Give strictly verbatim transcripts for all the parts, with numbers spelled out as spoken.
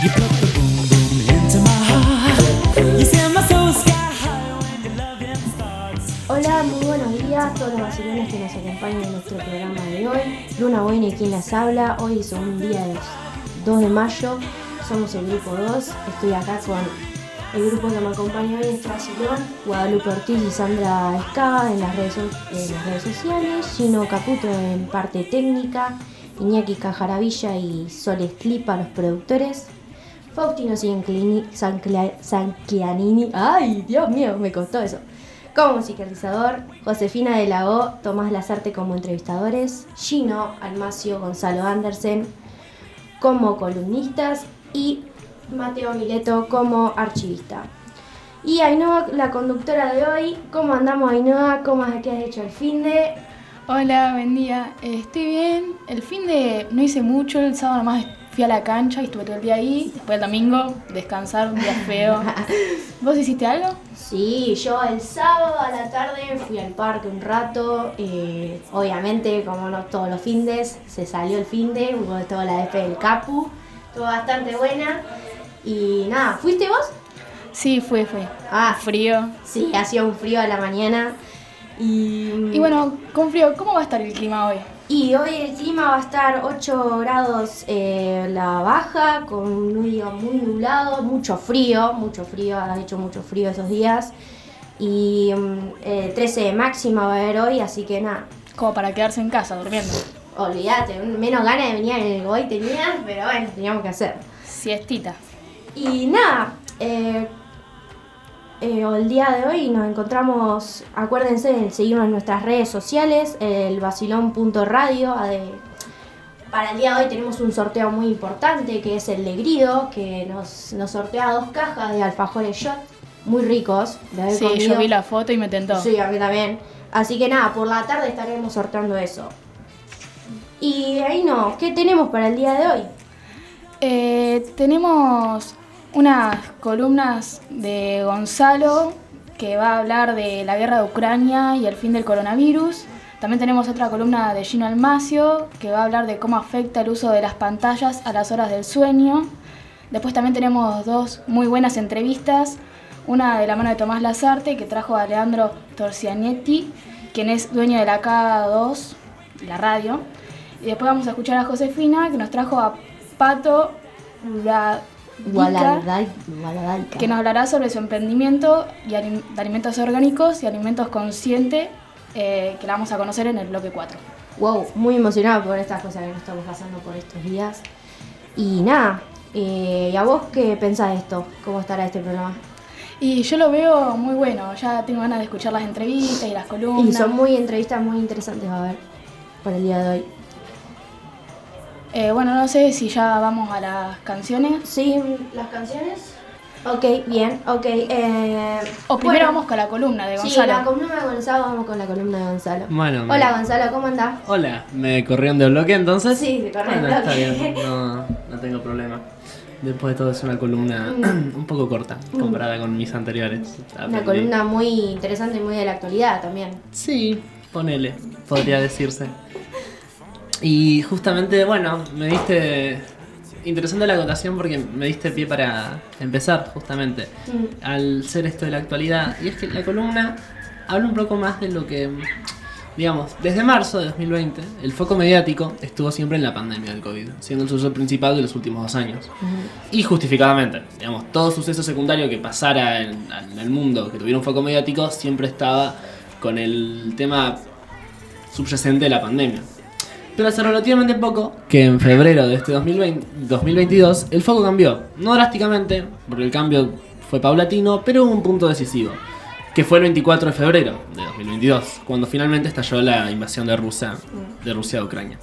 Hola, muy buenos días a todos los vacilones que nos acompañan en nuestro programa de hoy. Luna Boina y quien las habla. Hoy es un día del dos de mayo, somos el grupo dos. Estoy acá con el grupo que me acompaña hoy, es Vacilón, Guadalupe Ortiz y Sandra Escaba en las redes, en las redes sociales, Gino Caputo en parte técnica, Iñaki Cajaravilla y Soles Clipa, los productores, Faustino Sanchianini, ay Dios mío, me costó eso, como musicalizador, Josefina de la O, Tomás Lazarte como entrevistadores, Gino Almacio, Gonzalo Andersen como columnistas y Mateo Mileto como archivista. Y Ainhoa, la conductora de hoy. ¿Cómo andamos, Ainhoa? ¿Cómo es que has hecho el finde? Hola, buen día. Eh, estoy bien. El finde no hice mucho. El sábado nomás fui a la cancha y estuve todo el día ahí. Después el domingo, descansar, un día feo. ¿Vos hiciste algo? Sí, yo el sábado a la tarde fui al parque un rato. Eh, obviamente, como no todos los findes, se salió el finde. Hubo toda la F del Capu. Estuvo bastante buena. Y nada, ¿fuiste vos? Sí, fui, fui. Ah, frío. Sí, hacía un frío a la mañana. Y, y bueno, con frío, ¿cómo va a estar el clima hoy? Y hoy el clima va a estar ocho grados eh, la baja, con un día muy nublado, mucho frío, mucho frío, ha hecho mucho frío esos días. Y eh, trece de máxima va a haber hoy, así que nada. Como para quedarse en casa, durmiendo. Olvídate, menos ganas de venir en el hoy tenía, pero bueno, teníamos que hacer. Siestita. Y nada, eh, eh, el día de hoy nos encontramos, acuérdense de seguirnos en nuestras redes sociales, el vacilón punto radio. Para el día de hoy tenemos un sorteo muy importante que es el de Grido, que nos, nos sortea dos cajas de alfajores shot, muy ricos. De haber sí, comido. Yo vi la foto y me tentó. Sí, a mí también. Así que nada, por la tarde estaremos sorteando eso. Y ahí no, ¿qué tenemos para el día de hoy? Eh, tenemos unas columnas de Gonzalo que va a hablar de la guerra de Ucrania y el fin del coronavirus. También tenemos otra columna de Gino Almacio que va a hablar de cómo afecta el uso de las pantallas a las horas del sueño. Después también tenemos dos muy buenas entrevistas. Una de la mano de Tomás Lazarte, que trajo a Leandro Torcianetti, quien es dueño de la K dos, la radio. Y después vamos a escuchar a Josefina, que nos trajo a Pato Gualadaica, que nos hablará sobre su emprendimiento y alim- de alimentos orgánicos y alimentos conscientes, eh, que la vamos a conocer en el bloque cuatro. Wow, muy emocionado por estas cosas que nos estamos pasando por estos días. Y nada, eh, ¿y a vos qué pensás de esto? ¿Cómo estará este programa? Y yo lo veo muy bueno, ya tengo ganas de escuchar las entrevistas y las columnas. Y son muy entrevistas muy interesantes a ver para el día de hoy. Eh, bueno, no sé si ya vamos a las canciones. Sí, las canciones. Ok, bien, ok. Eh, o primero bueno, vamos con la columna de Gonzalo. Sí, la columna de Gonzalo, vamos con la columna de Gonzalo. Bueno, Hola me... Gonzalo, ¿cómo andás? Hola, ¿me corrieron de bloque entonces? Sí, te corrieron bueno, de bloque. Está bien, no, no tengo problema. Después de todo es una columna mm. un poco corta comparada mm. con mis anteriores. Aprendí. Una columna muy interesante y muy de la actualidad también. Sí, ponele, podría decirse. Y justamente, bueno, me diste interesante la acotación porque me diste pie para empezar justamente mm. al ser esto de la actualidad. Y es que la columna habla un poco más de lo que, digamos, desde marzo de dos mil veinte el foco mediático estuvo siempre en la pandemia del COVID, siendo el suceso principal de los últimos dos años. Mm. Y justificadamente, digamos, todo suceso secundario que pasara en, en el mundo que tuviera un foco mediático siempre estaba con el tema subyacente de la pandemia. Pero hace relativamente poco, que en febrero de este dos mil veinte, dos mil veintidós, el foco cambió. No drásticamente, porque el cambio fue paulatino, pero hubo un punto decisivo, que fue el veinticuatro de febrero de dos mil veintidós, cuando finalmente estalló la invasión de Rusia, de Rusia a Ucrania.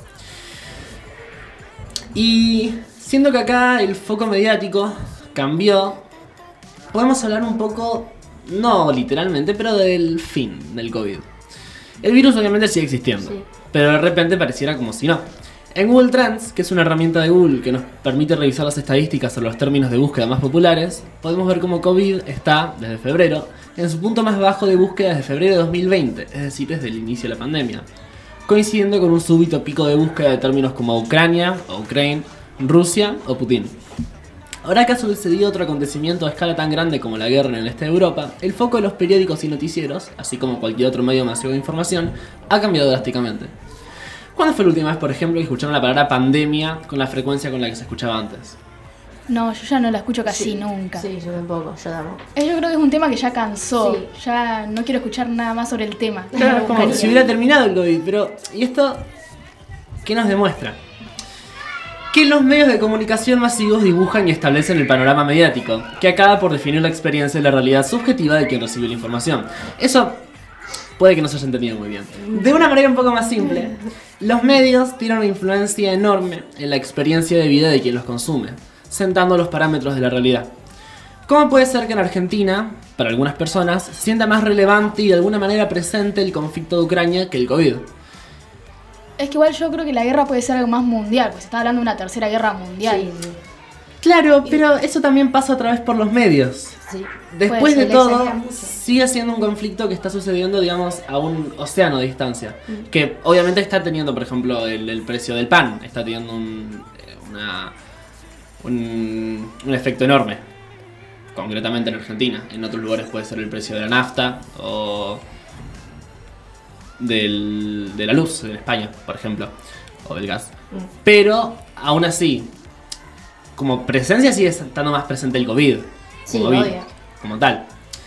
Y siendo que acá el foco mediático cambió, podemos hablar un poco, no literalmente, pero del fin del COVID. El virus obviamente sigue existiendo. Sí. Pero de repente pareciera como si no. En Google Trends, que es una herramienta de Google que nos permite revisar las estadísticas sobre los términos de búsqueda más populares, podemos ver cómo COVID está, desde febrero, en su punto más bajo de búsqueda desde febrero de dos mil veinte, es decir, desde el inicio de la pandemia, coincidiendo con un súbito pico de búsqueda de términos como Ucrania o Ukraine, Rusia o Putin. Ahora que ha sucedido otro acontecimiento a escala tan grande como la guerra en el este de Europa, el foco de los periódicos y noticieros, así como cualquier otro medio masivo de información, ha cambiado drásticamente. ¿Cuándo fue la última vez, por ejemplo, que escucharon la palabra pandemia con la frecuencia con la que se escuchaba antes? No, yo ya no la escucho casi Sí, nunca. Sí, yo tampoco, yo tampoco. Eh, Yo creo que es un tema que ya cansó. Sí. Ya no quiero escuchar nada más sobre el tema. Claro, es como Cariño. si hubiera terminado el COVID, pero ¿y esto qué nos demuestra? Que los medios de comunicación masivos dibujan y establecen el panorama mediático, que acaba por definir la experiencia y la realidad subjetiva de quien recibe la información. Eso puede que no se haya entendido muy bien. De una manera un poco más simple, los medios tienen una influencia enorme en la experiencia de vida de quien los consume, sentando los parámetros de la realidad. ¿Cómo puede ser que en Argentina, para algunas personas, se sienta más relevante y de alguna manera presente el conflicto de Ucrania que el COVID? Es que igual yo creo que la guerra puede ser algo más mundial, porque se está hablando de una tercera guerra mundial. Sí, sí. Claro, pero eso también pasa otra vez por los medios. Sí. Después Puede de ser, todo, le exagera mucho. sigue siendo un conflicto que está sucediendo, digamos, a un océano de distancia. Que obviamente está teniendo, por ejemplo, el, el precio del pan. Está teniendo un, una, un, un efecto enorme. Concretamente en Argentina. En otros lugares puede ser el precio de la nafta o del, de la luz en España, por ejemplo. O del gas. Pero, aún así, como presencia sigue estando más presente el COVID. Sí, COVID, obvio. como tal.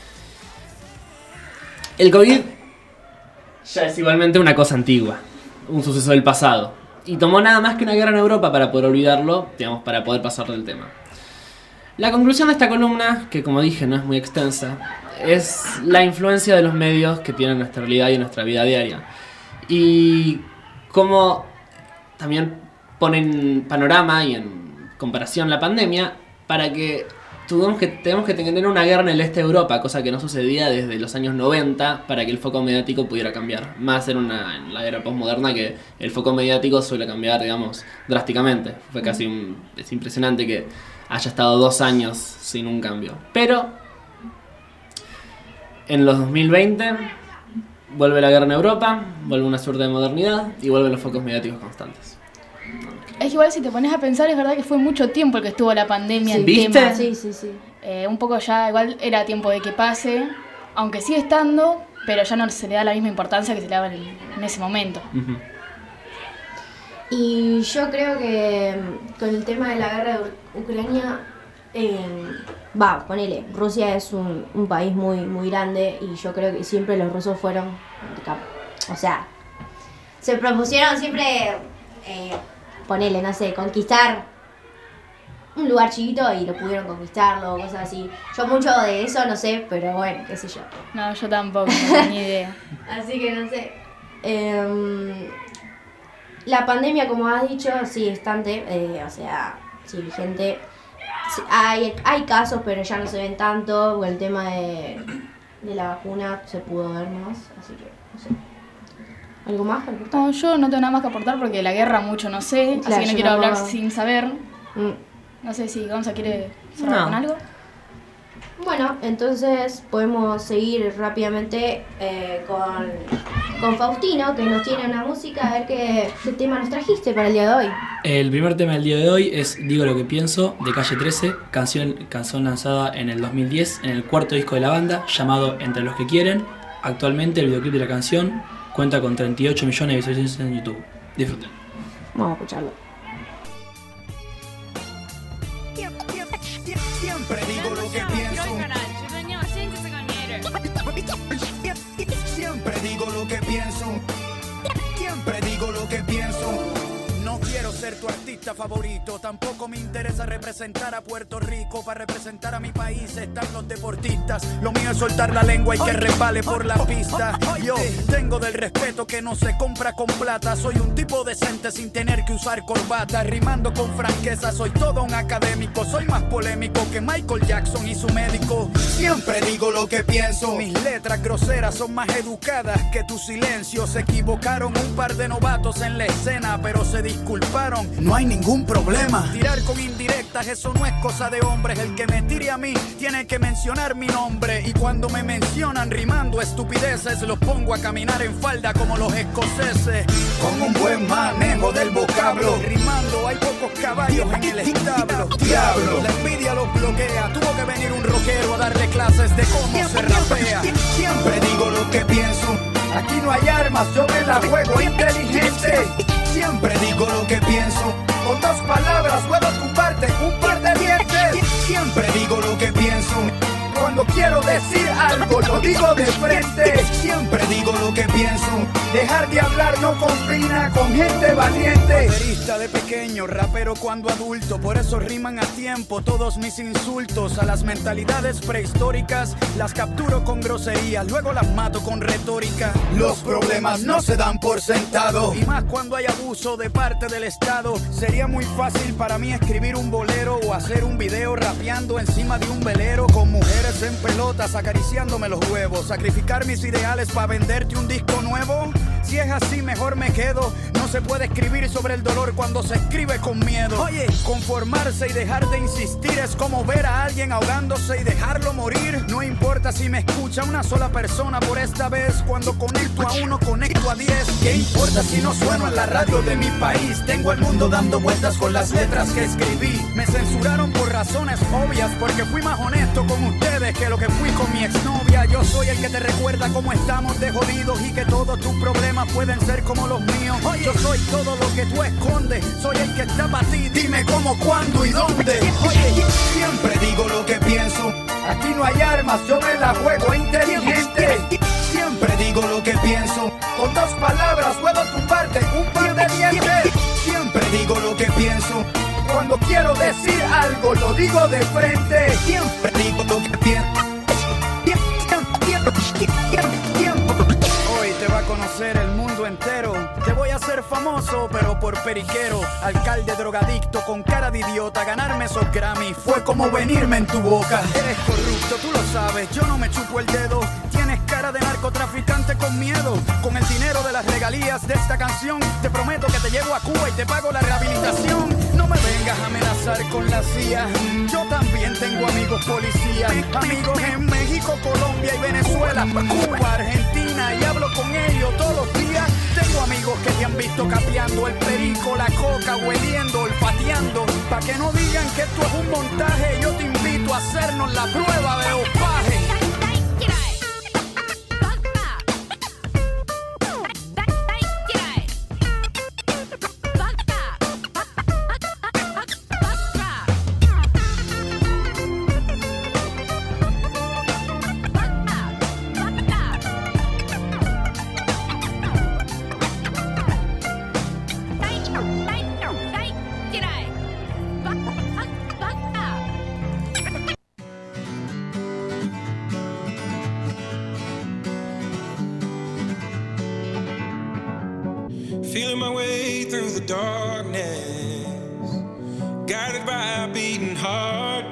El COVID ya es igualmente una cosa antigua, un suceso del pasado. Y tomó nada más que una guerra en Europa para poder olvidarlo, digamos, para poder pasar del tema. La conclusión de esta columna, que como dije no es muy extensa, es la influencia de los medios que tienen en nuestra realidad y en nuestra vida diaria. Y cómo también ponen panorama y en comparación la pandemia para que tuvimos que tenemos que tener una guerra en el este de Europa, cosa que no sucedía desde los años noventa, para que el foco mediático pudiera cambiar. Más en, una, en la era postmoderna, que el foco mediático suele cambiar, digamos, drásticamente. Fue casi un, es impresionante que haya estado dos años sin un cambio. Pero en los dos mil veinte vuelve la guerra en Europa, vuelve una suerte de modernidad y vuelven los focos mediáticos constantes. Es que igual si te pones a pensar, es verdad que fue mucho tiempo el que estuvo la pandemia en ¿Viste? tema. Sí, sí, sí. Eh, un poco ya, igual era tiempo de que pase, aunque sigue estando, pero ya no se le da la misma importancia que se le daba en, en ese momento. Uh-huh. Y yo creo que mm, con el tema de la guerra de Ucrania, eh, va, ponele, Rusia es un, un país muy, muy grande y yo creo que siempre los rusos fueron, o sea, se propusieron siempre, eh, ponele, no sé, conquistar un lugar chiquito y lo pudieron conquistarlo, cosas así. Yo mucho de eso no sé, pero bueno, qué sé yo. No, yo tampoco, no tengo ni idea. Así que no sé. Eh, la pandemia, como has dicho, sigue estante, eh, o sea, sigue vigente. Sí, hay, hay casos, pero ya no se ven tanto. Con el tema de, de la vacuna se pudo ver más, así que no sé. ¿Algo más? ¿Algo más? No, yo no tengo nada más que aportar porque la guerra mucho no sé, Claro, así que no yo quiero hablar tampoco. sin saber. Mm. No sé si Gonza quiere cerrar No. con algo. Bueno, entonces podemos seguir rápidamente eh, con, con Faustino, que nos tiene una música. A ver qué, qué tema nos trajiste para el día de hoy. El primer tema del día de hoy es Digo lo que pienso, de Calle trece, canción, canción lanzada en el dos mil diez, en el cuarto disco de la banda, llamado Entre los que quieren. Actualmente el videoclip de la canción cuenta con treinta y ocho millones de visualizaciones en YouTube. Disfruten. Vamos a escucharlo. Siempre digo lo que pienso. Siempre digo lo que pienso. Siempre digo lo que pienso. No quiero ser tu artista favorito, tampoco me interesa representar a Puerto Rico. Para representar a mi país están los deportistas. Lo mío es soltar la lengua y que resbale por la pista. Yo tengo del respeto que no se compra con plata. Soy un tipo decente sin tener que usar corbata. Rimando con franqueza, soy todo un académico. Soy más polémico que Michael Jackson y su médico. Siempre digo lo que pienso. Mis letras groseras son más educadas que tu silencio. Se equivocaron un par de novatos en la escena, pero se disculparon, no hay ningún problema. Tirar con indirectas, eso no es cosa de hombres. El que me tire a mí tiene que mencionar mi nombre. Y cuando me mencionan rimando estupideces, los pongo a caminar en falda como los escoceses. Con un buen manejo del vocablo, rimando hay pocos caballos en el establo. Diablo, la envidia bloquea. Tuvo que venir un rockero a darle clases de cómo se rapea. Siempre digo lo que pienso. Aquí no hay armas, yo me la juego inteligente. Siempre digo lo que pienso. Con dos palabras puedo tumbarte un par de dientes. Siempre digo lo que pienso. Cuando quiero decir algo lo digo de frente. Siempre digo lo que pienso. Dejar de hablar no combina con gente valiente. Raperista de pequeño, rapero cuando adulto. Por eso riman a tiempo todos mis insultos. A las mentalidades prehistóricas las capturo con groserías, luego las mato con retórica. Los problemas no se dan por sentado, y más cuando hay abuso de parte del Estado. Sería muy fácil para mí escribir un bolero o hacer un video rapeando encima de un velero con mujeres en pelotas acariciándome los huevos. Sacrificar mis ideales para venderte un disco nuevo. Si es así mejor me quedo. No se puede escribir sobre el dolor cuando se escribe con miedo. Oye, conformarse y dejar de insistir es como ver a alguien ahogándose y dejarlo morir. No importa si me escucha una sola persona por esta vez. Cuando conecto a uno conecto a diez. ¿Qué importa si no sueno en la radio de mi país? Tengo el mundo dando vueltas con las letras que escribí. Me censuraron por razones obvias, porque fui más honesto con ustedes que lo que fui con mi exnovia. Yo soy el que te recuerda cómo estamos de jodidos y que todos tus problemas pueden ser como los míos. Oye, yo soy todo lo que tú escondes. Soy el que está para ti. Dime cómo, cuándo y dónde. Oye, siempre digo lo que pienso. Aquí no hay armas, yo me la juego inteligente. Siempre digo lo que pienso. Con dos palabras puedo tumbarte un par de dientes. Siempre digo lo que pienso. Cuando quiero decir algo lo digo de frente. Siempre digo lo que pienso. Hoy te va a conocer el mundo entero. Te voy a hacer famoso, pero por periquero. Alcalde drogadicto con cara de idiota. Ganarme esos Grammy fue como venirme en tu boca. Eres corrupto, tú lo sabes, yo no me chupo el dedo. Tienes cara de narcotraficante con miedo. Con el dinero de las regalías de esta canción te prometo que te llevo a Cuba y te pago la rehabilitación. No me vengas a amenazar con la C I A. Yo también tengo amigos policías. Amigos en México, Colombia y Venezuela, Cuba, Argentina, y hablo con ellos todos los días. Tengo amigos que te han visto capeando el perico, la coca, hueliendo, olfateando. Pa' que no digan que esto es un montaje, yo te invito a hacernos la prueba de opaje. Feeling my way through the darkness, guided by a beating heart.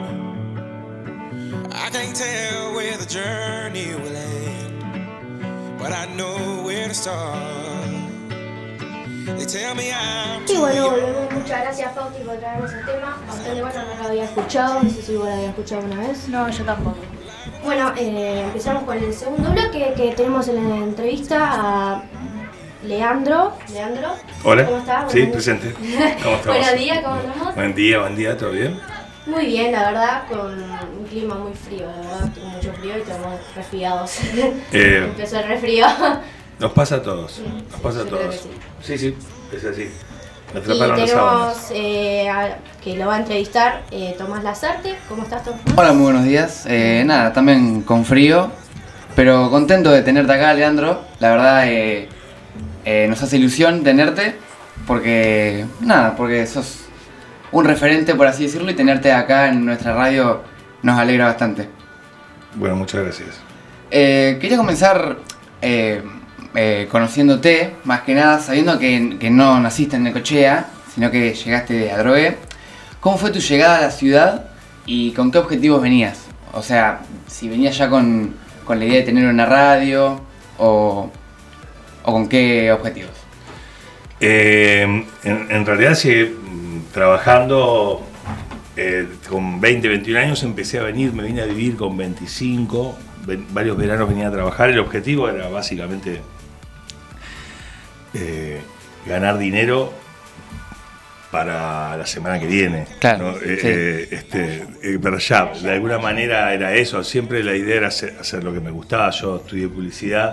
I can't tell where the journey will end, but I know where to start. They tell me I'm Y bueno, volvemos. Muchas gracias, Fausti, por traernos el tema. Bastante bueno, no lo había escuchado. No sé si vos lo habías escuchado una vez. No, yo tampoco. Bueno, eh, empezamos con el segundo bloque que tenemos en la entrevista a Leandro. Leandro. Hola. ¿Cómo estás? Sí, presente. ¿Cómo estamos? Buenos días, ¿cómo estamos? Buen día, buen día, ¿todo bien? Muy bien, la verdad, con un clima muy frío, la verdad, tengo mucho frío y estamos resfriados. Eh, Empezó el resfrío. Nos pasa a todos, Sí, nos pasa a yo creo todos. que sí. Sí, sí, es así. Me Y atraparon las tenemos sábanas. eh, a- que lo va a entrevistar eh, Tomás Lazarte. ¿Cómo estás, Tomás? Hola, muy buenos días. Eh, nada, también con frío, pero contento de tenerte acá, Leandro. La verdad, eh, eh, nos hace ilusión tenerte, porque, nada, porque sos un referente, por así decirlo, y tenerte acá en nuestra radio nos alegra bastante. Bueno, muchas gracias. Eh, quería comenzar eh, eh, conociéndote, más que nada, sabiendo que, que no naciste en Necochea, sino que llegaste de Adrogué. ¿Cómo fue tu llegada a la ciudad y con qué objetivos venías? O sea, si venías ya con, con la idea de tener una radio o, o con qué objetivos. Eh, en, en realidad, sí, mm, trabajando eh, con veinte, veintiún años, empecé a venir, me vine a vivir con veinticinco, ven- varios veranos venía a trabajar. El objetivo era básicamente eh, ganar dinero para la semana que viene. Claro, ¿no? sí. eh, eh, este, eh, pero ya, de alguna manera era eso, siempre la idea era hacer, hacer lo que me gustaba. Yo estudié publicidad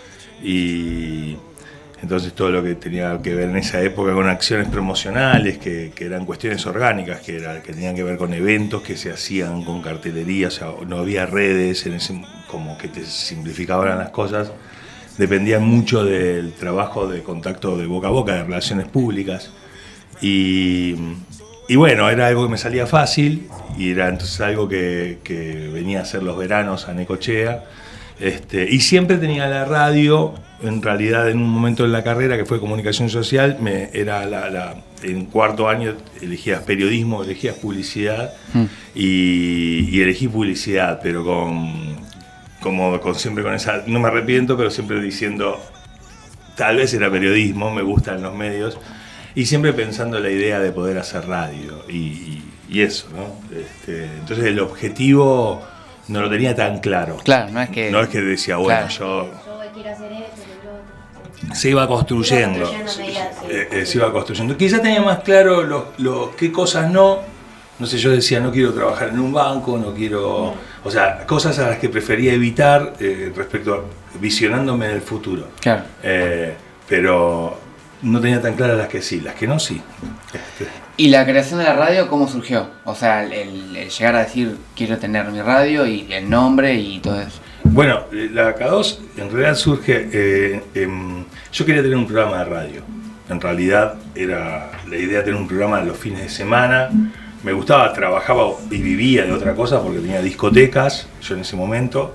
y entonces todo lo que tenía que ver en esa época con acciones promocionales, que, que eran cuestiones orgánicas, que, era, que tenían que ver con eventos que se hacían con cartelería, o sea, no había redes, en ese, como que te simplificaban las cosas, dependían mucho del trabajo de contacto de boca a boca, de relaciones públicas. Y, y bueno, era algo que me salía fácil y era entonces algo que, que venía a hacer los veranos a Necochea. Este, y siempre tenía la radio, en realidad en un momento en la carrera que fue comunicación social, me, era la, la, en cuarto año elegías periodismo, elegías publicidad mm. y, y elegí publicidad, pero con, como, con siempre con esa, no me arrepiento, pero siempre diciendo, tal vez era periodismo, me gustan los medios, y siempre pensando en la idea de poder hacer radio y, y, y eso, ¿no? Este, entonces el objetivo no lo tenía tan claro. Claro, no es que... No es que decía, bueno, claro. yo... Yo quiero hacer esto, lo otro. Se iba construyendo. Se iba construyendo eh, eh, se iba construyendo. Quizá tenía más claro lo, lo, qué cosas no. No sé, yo decía, no quiero trabajar en un banco, no quiero... O sea, cosas a las que prefería evitar eh, respecto a visionándome en el futuro. Claro. Eh, pero no tenía tan claras las que sí, las que no sí. Este. ¿Y la creación de la radio cómo surgió? O sea, el, el, el llegar a decir quiero tener mi radio y el nombre y todo eso. Bueno, la K dos en realidad surge... Eh, eh, yo quería tener un programa de radio. En realidad era la idea de tener un programa los fines de semana. Me gustaba, trabajaba y vivía de otra cosa porque tenía discotecas, yo en ese momento.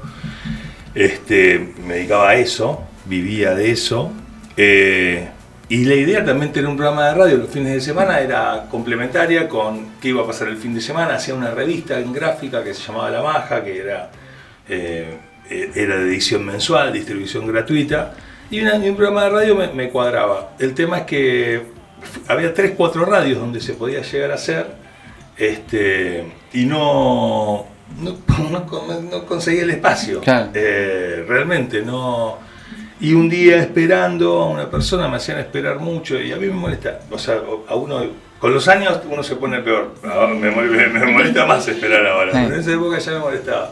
Este, me dedicaba a eso, vivía de eso. Eh, Y la idea también tener un programa de radio los fines de semana era complementaria con qué iba a pasar el fin de semana. Hacía una revista en gráfica que se llamaba La Maja, que era, eh, era de edición mensual, distribución gratuita. Y, una, y un programa de radio me, me cuadraba. El tema es que había tres, cuatro radios donde se podía llegar a hacer este, y no, no, no, no conseguía el espacio. Claro. Eh, realmente no... Y un día esperando a una persona me hacían esperar mucho y a mí me molesta, o sea, a uno, con los años uno se pone peor, me, me, me molesta más esperar ahora, pero en esa época ya me molestaba.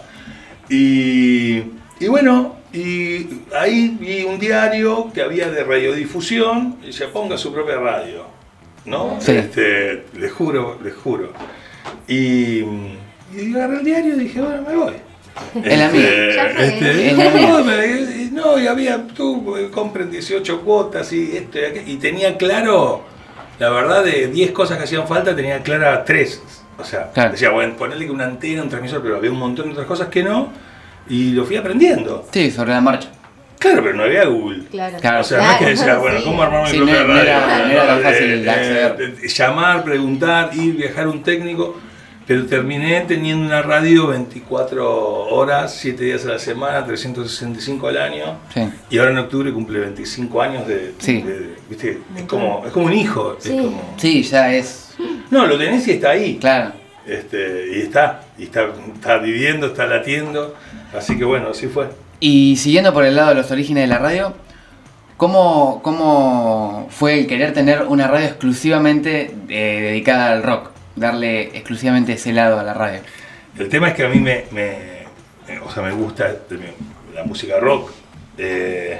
Y, y bueno, y ahí vi un diario que había de radiodifusión y se ponga su propia radio, ¿no? Sí. Este, les juro, les juro. Y, y agarré el diario y dije, bueno, me voy. El amigo. Este, El amigo. no, me, no, y había, tú compren dieciocho cuotas y esto y aquello, y tenía claro, la verdad, de diez cosas que hacían falta, tenía clara tres. O sea, claro. Decía, bueno, ponerle que una antena, un transmisor, pero había un montón de otras cosas que no, y lo fui aprendiendo. Sí, sobre la marcha. Claro, pero no había Google. Claro. Claro. O sea, Claro, no es que decía, bueno, sí. ¿cómo armar Sí, mi propia no- no radio? era- no era tan fácil Eh, de acceder. eh, eh, llamar, preguntar, ir, viajar un técnico. Pero terminé teniendo una radio veinticuatro horas, siete días a la semana, trescientos sesenta y cinco al año. Sí. Y ahora en octubre cumple veinticinco años de... Sí. de- ¿viste? Es, como, es como un hijo. Sí. Es como, Sí, ya es. no, lo tenés y está ahí. Claro. Este, y está, y está, está viviendo, está latiendo. Así que bueno, así fue. Y siguiendo por el lado de los orígenes de la radio, ¿cómo, cómo fue el querer tener una radio exclusivamente eh, dedicada al rock? Darle exclusivamente ese lado a la radio. El tema es que a mí me, me, o sea, me gusta la música rock. Eh,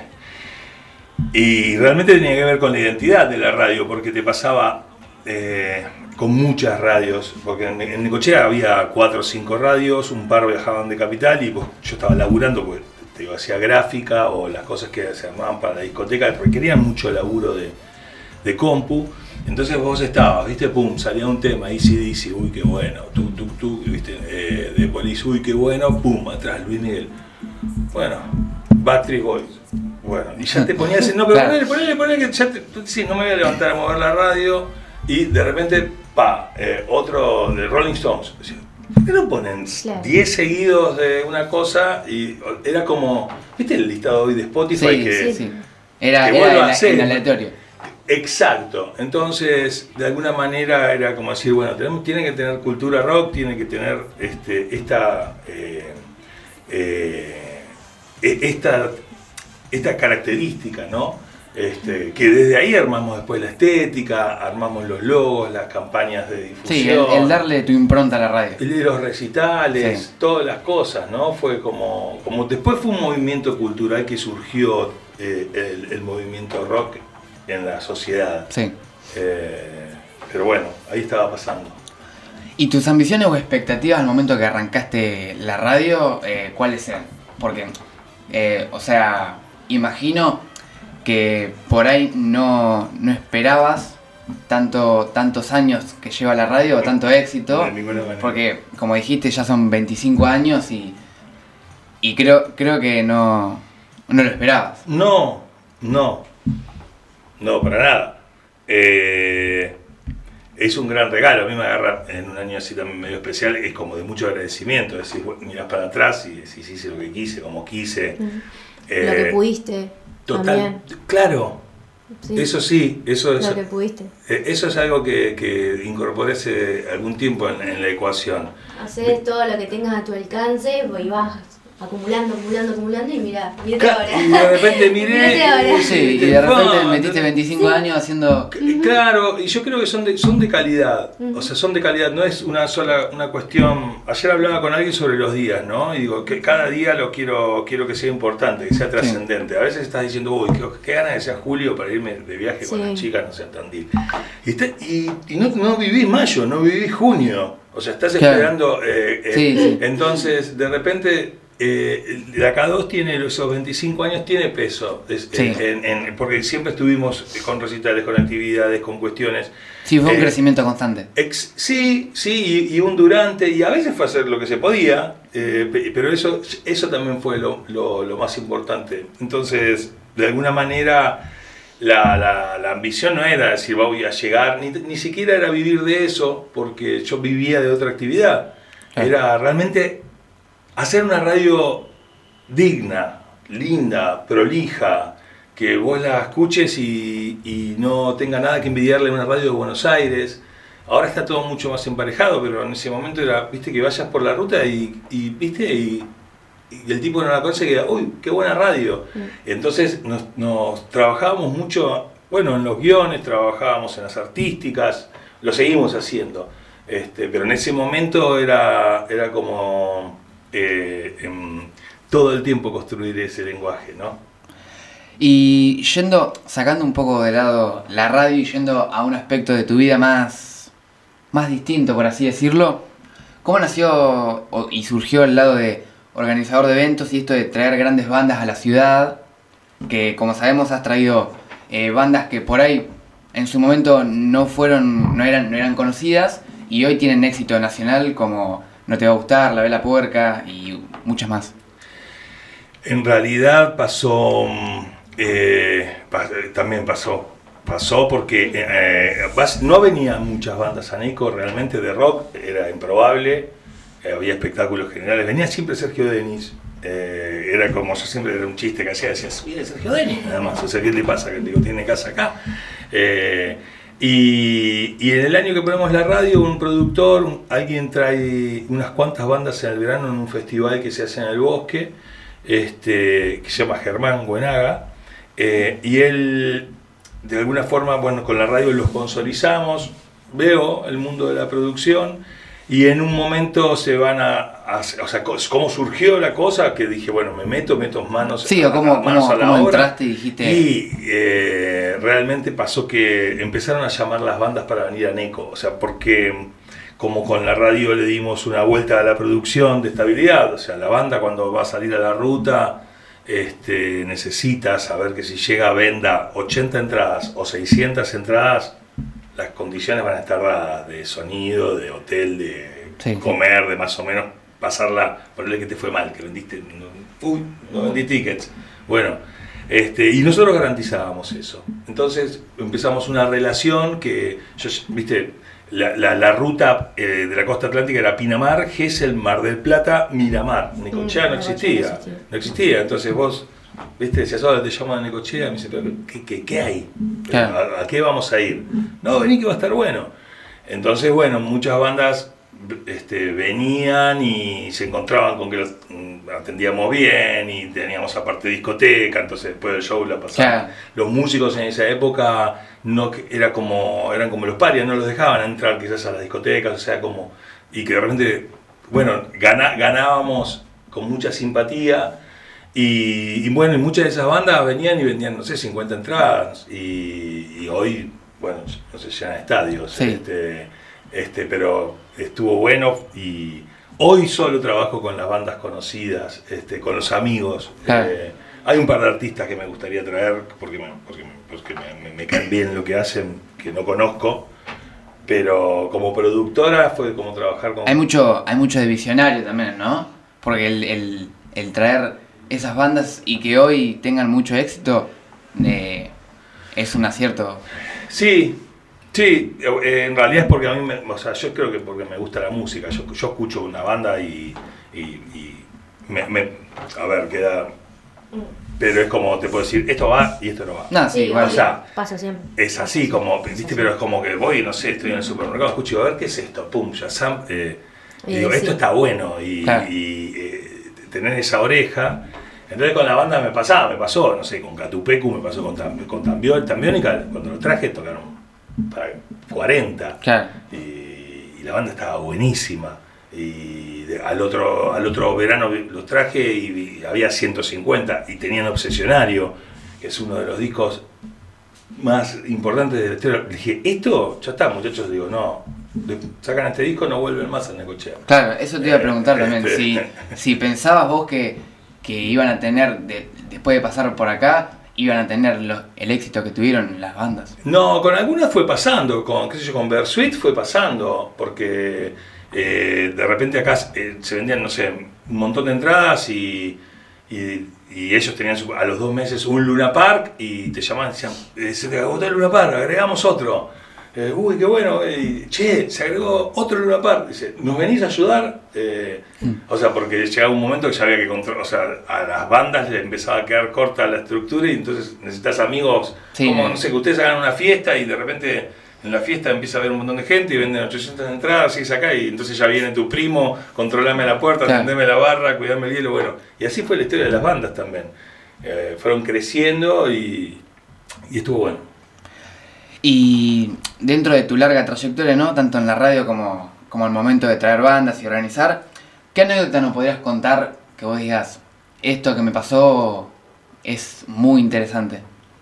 y realmente tenía que ver con la identidad de la radio, porque te pasaba eh, con muchas radios, porque en, en Necochea había cuatro o cinco radios, un par viajaban de Capital y pues, yo estaba laburando, porque te digo, hacía gráfica o las cosas que se armaban para la discoteca requerían mucho laburo de, de compu. Entonces vos estabas, viste, pum, salía un tema, A C D C, uy, qué bueno, tú, tú, tú, viste, eh, de Police, uy, qué bueno, pum, atrás, Luis Miguel. Bueno, Backstreet Boys, bueno, y ya te ponías, no, pero Claro. ponele, ponele, ponele que ya te, tú decís, no me voy a levantar a mover la radio, y de repente, pa, eh, otro de Rolling Stones. Decía, ¿por qué no ponen Claro. diez seguidos de una cosa? Y era como, viste el listado hoy de Spotify Sí, que... sí, sí. Era, que era vuelva en, a ser. en aleatorio. Exacto, entonces de alguna manera era como decir, bueno, tenemos, tiene que tener cultura rock, tiene que tener este, esta, eh, eh, esta, esta característica, ¿no? Este, que desde ahí armamos después la estética, armamos los logos, las campañas de difusión. Sí, el, el darle tu impronta a la radio. El de los recitales, sí. todas las cosas, ¿no? Fue como, como después fue un movimiento cultural que surgió eh, el, el movimiento rock en la sociedad. Sí. Eh, pero bueno, ahí estaba pasando. ¿Y tus ambiciones o expectativas al momento que arrancaste la radio, eh, cuáles eran? Porque, eh, o sea, imagino que por ahí no, no esperabas tanto, tantos años que lleva la radio o tanto éxito, de ninguna manera. Porque como dijiste ya son veinticinco años y, y creo, creo que no, no lo esperabas. No, no, no, para nada. Eh, es un gran regalo, a mí me agarra en un año así también medio especial, es como de mucho agradecimiento, decís, mirás para atrás y decís, hice lo que quise, como quise. Mm. Eh, Lo que pudiste. Total, También. claro, Sí. eso sí, eso es, Lo que pudiste. eh, eso es algo que, que incorporé hace algún tiempo en, en la ecuación. Haces todo lo que tengas a tu alcance y vas acumulando, acumulando, acumulando y mirá, mirate Ca- ahora. Y de repente miré, Mirate ahora. Sí, y de repente No, metiste veinticinco años haciendo... C- Claro, y yo creo que son de, son de calidad, Ujú. o sea, son de calidad, no es una sola una cuestión. Ayer hablaba con alguien sobre los días, ¿no? Y digo que cada día lo quiero quiero que sea importante, que sea trascendente. A veces estás diciendo, uy, qué, qué ganas que sea julio para irme de viaje con Sí. las chicas, no sea Tandil. Y, está- y, y no, no viví mayo, no viví junio, o sea, estás Claro. esperando... eh, eh, Sí, sí. Entonces, de repente... Eh, la K dos tiene esos veinticinco años, tiene peso, es- Sí. en- en- porque siempre estuvimos con recitales, con actividades, con cuestiones. Sí, fue un Eh, crecimiento constante. Ex- sí, sí, y, y un durante, y a veces fue hacer lo que se podía, eh, pe- pero eso, eso también fue lo, lo- lo más importante. Entonces, de alguna manera, la, la- la ambición no era decir voy a llegar, ni, ni siquiera era vivir de eso, porque yo vivía de otra actividad. Claro. Era realmente hacer una radio digna, linda, prolija, que vos la escuches y, y no tenga nada que envidiarle a una radio de Buenos Aires. Ahora está todo mucho más emparejado, pero en ese momento era, viste, que vayas por la ruta y, y viste, y, y el tipo no la conoce y queda, uy, qué buena radio. Entonces nos, nos trabajábamos mucho, bueno, en los guiones, trabajábamos en las artísticas, lo seguimos haciendo. Este, pero en ese momento era, era como eh, em, todo el tiempo construir ese lenguaje, ¿no? Y yendo, sacando un poco de lado la radio y yendo a un aspecto de tu vida más, más distinto, por así decirlo, ¿cómo nació o- y surgió el lado de organizador de eventos y esto de traer grandes bandas a la ciudad? Que como sabemos has traído eh, bandas que por ahí en su momento no fueron, no eran, no eran conocidas y hoy tienen éxito nacional como No Te Va a Gustar, La Vela Puerca y muchas más. En realidad pasó, eh, pa- también pasó, pasó porque eh, bas- no venían muchas bandas a Nico realmente de rock, era improbable, eh, había espectáculos generales, venía siempre Sergio Denis, eh, era como, yo siempre era un chiste que hacía, decía, viene Sergio Denis, nada más, o sea, ¿qué le pasa? Que digo, tiene casa acá. Eh, y, y en el año que ponemos la radio, un productor, un- alguien trae unas cuantas bandas en el verano en un festival que se hace en el bosque, este, que se llama Germán Buenaga, eh, y él, de alguna forma, bueno, con la radio lo sponsorizamos, veo el mundo de la producción, y en un momento se van a, a- o sea, co- cómo surgió la cosa, que dije, bueno, me meto, meto manos, Sí, o cómo, manos cómo, a la cómo obra. entraste y dijiste... Y eh, realmente pasó que empezaron a llamar las bandas para venir a Neco, o sea, porque como con la radio le dimos una vuelta a la producción de estabilidad, o sea, la banda cuando va a salir a la ruta este, necesita saber que si llega a venda ochenta entradas o seiscientas entradas, las condiciones van a estar dadas de sonido, de hotel, de Sí. comer, de más o menos pasarla, ponerle que te fue mal, que vendiste, no, uy, no vendí tickets. Bueno, este, y nosotros garantizábamos eso. Entonces empezamos una relación que, yo, viste, la, la, la ruta eh, de la costa atlántica era Pinamar, Gesell, Mar del Plata, Miramar. Necochea Mm, no Necochea existía, no existía. no existía. Entonces vos, viste, decías, ahora te llaman a Necochea, me dice, pero ¿qué, qué, qué hay? Claro. ¿A, a qué vamos a ir? No, vení que va a estar bueno. Entonces, bueno, muchas bandas este, venían y se encontraban con que los atendíamos bien y teníamos aparte discoteca, entonces después del show la pasaban. Claro. Los músicos en esa época no era como, eran como los parias, no los dejaban entrar quizás a las discotecas, o sea, como, y que de repente, bueno, gana, ganábamos con mucha simpatía. Y, y bueno, y muchas de esas bandas venían y vendían, no sé, cincuenta entradas. Y, y hoy, bueno, no se llenan estadios. Sí. Este, este, pero estuvo bueno. Y hoy solo trabajo con las bandas conocidas, este, con los amigos. Claro. Eh, hay un par de artistas que me gustaría traer porque me, porque me, porque me, me, me caen bien lo que hacen, que no conozco. Pero como productora fue como trabajar con... Hay mucho, hay mucho de visionario también, ¿no? Porque el, el, el traer esas bandas y que hoy tengan mucho éxito eh, es un acierto. Sí, sí, eh, en realidad es porque a mí, me, o sea, yo creo que porque me gusta la música, yo, yo escucho una banda y, y, y me, me, a ver, queda, pero es como, te puedo decir, esto va y esto no va. No, sí, Sí, igual. o sea, pasa siempre. Es así, como, ¿viste? Pero es como que voy, no sé, estoy en el supermercado, escucho, a ver, ¿qué es esto? Pum, ya Sam, eh, y Eh, digo, sí. esto está bueno, y, Claro. y eh, tener esa oreja. Entonces con la banda me pasaba, me pasó, no sé, con Catupecu, me pasó con, Tam- con Tambiol, Tambiónica, cuando lo traje tocaron para cuarenta, Claro. y, y la banda estaba buenísima. Y de- al otro al otro verano vi- los traje y, vi- había ciento cincuenta y tenían Obsesionario, que es uno de los discos más importantes de la historia. Le dije, esto ya está, muchachos, digo, no, le sacan este disco, no vuelven más a Necochea. Claro, eso te iba a preguntar también. Este- Si, si pensabas vos que, que iban a tener, de- después de pasar por acá, iban a tener los- el éxito que tuvieron las bandas. No, con algunas fue pasando, con, qué sé yo, con Bersuit fue pasando, porque eh, de repente acá eh, se vendían, no sé, un montón de entradas y, y, y ellos tenían su- a los dos meses un Luna Park y te llamaban y decían, eh, se te agotó el Luna Park, agregamos otro. Eh, uy, qué bueno, eh, che, se agregó otro Luna Park. Dice, ¿nos venís a ayudar? Eh, o sea, porque llegaba un momento que ya había que controlar, o sea, a las bandas les empezaba a quedar corta la estructura y entonces necesitas amigos, Sí, como, ¿no? no sé, que ustedes hagan una fiesta y de repente en la fiesta empieza a haber un montón de gente y venden ochocientas entradas, y es acá, y entonces ya viene tu primo, controlame la puerta, Claro. atendeme la barra, cuidame el hielo, bueno. Y así fue la historia de las bandas también. Eh, fueron creciendo y, y estuvo bueno. Y dentro de tu larga trayectoria, ¿no? Tanto en la radio como, como el momento de traer bandas y organizar, ¿qué anécdota nos podrías contar que vos digas, esto que me pasó es muy interesante?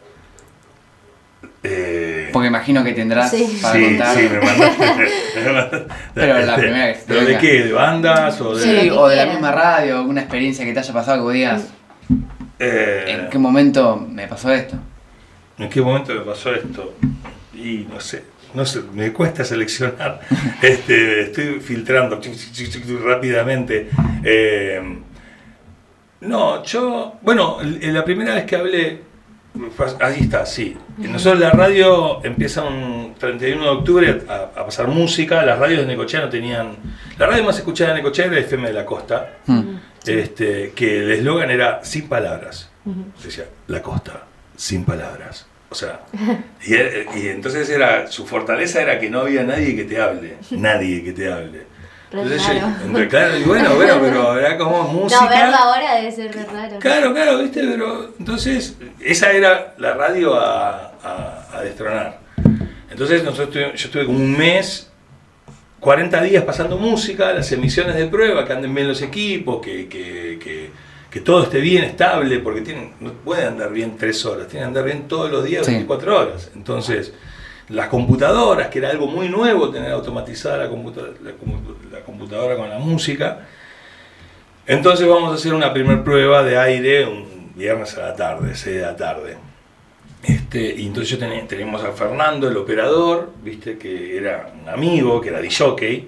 Eh, Porque imagino que tendrás Sí. para sí, contar. sí, me mandaste. me mandaste- Pero la primera que se te ¿Pero de venga. qué? ¿De bandas o de...? Sí, de lo que o de la quieras. misma radio, alguna experiencia que te haya pasado que vos digas, Eh, ¿en qué momento me pasó esto? ¿En qué momento me pasó esto? Y no sé, no sé, me cuesta seleccionar. Este, estoy filtrando chic, chic, chic, chic, rápidamente. Eh, no, yo, bueno, l- la primera vez que hablé, ahí está, sí. Nosotros la radio empieza un treinta y uno de octubre a, a pasar música. Las radios de Necochea no tenían. La radio más escuchada de Necochea era F M de la Costa, Hmm. este, que el eslogan era sin palabras. Decía, la costa, sin palabras. O sea, y, él- y entonces era su fortaleza era que no había nadie que te hable, nadie que te hable. Re Entonces yo, raro. entre- claro, y bueno, bueno, pero era como música. No, verlo ahora debe ser re raro. Claro, claro, viste, pero entonces esa era la radio a, a, a destronar. Entonces nosotros tuvi- yo estuve como un mes, cuarenta días pasando música, las emisiones de prueba, que anden bien los equipos, que, que, que, que todo esté bien estable, porque tienen, no pueden andar bien tres horas, tienen que andar bien todos los días, Sí. veinticuatro horas. Entonces, las computadoras, que era algo muy nuevo, tener automatizada la, computa- la, compu- la computadora con la música. Entonces vamos a hacer una primer prueba de aire un viernes a la tarde, seis de la tarde. Este, y entonces yo tenía, teníamos a Fernando, el operador, viste, que era un amigo, que era disjockey.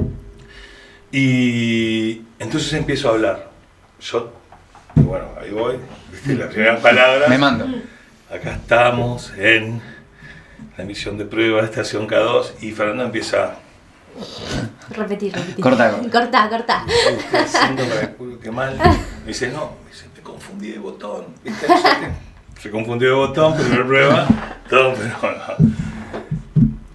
Y entonces empiezo a hablar. Yo, bueno, ahí voy, viste, las primeras palabras. Me mando. Acá estamos en la emisión de prueba de estación K dos y Fernando empieza. Repetir, repetir. Corta, corta. Corta, corta. "Ay, estoy haciendo para el culo, qué mal". Me dice, no, me dice, te confundí de botón. ¿Viste? Yo te- Se confundió de botón, primera prueba, todo, pero no.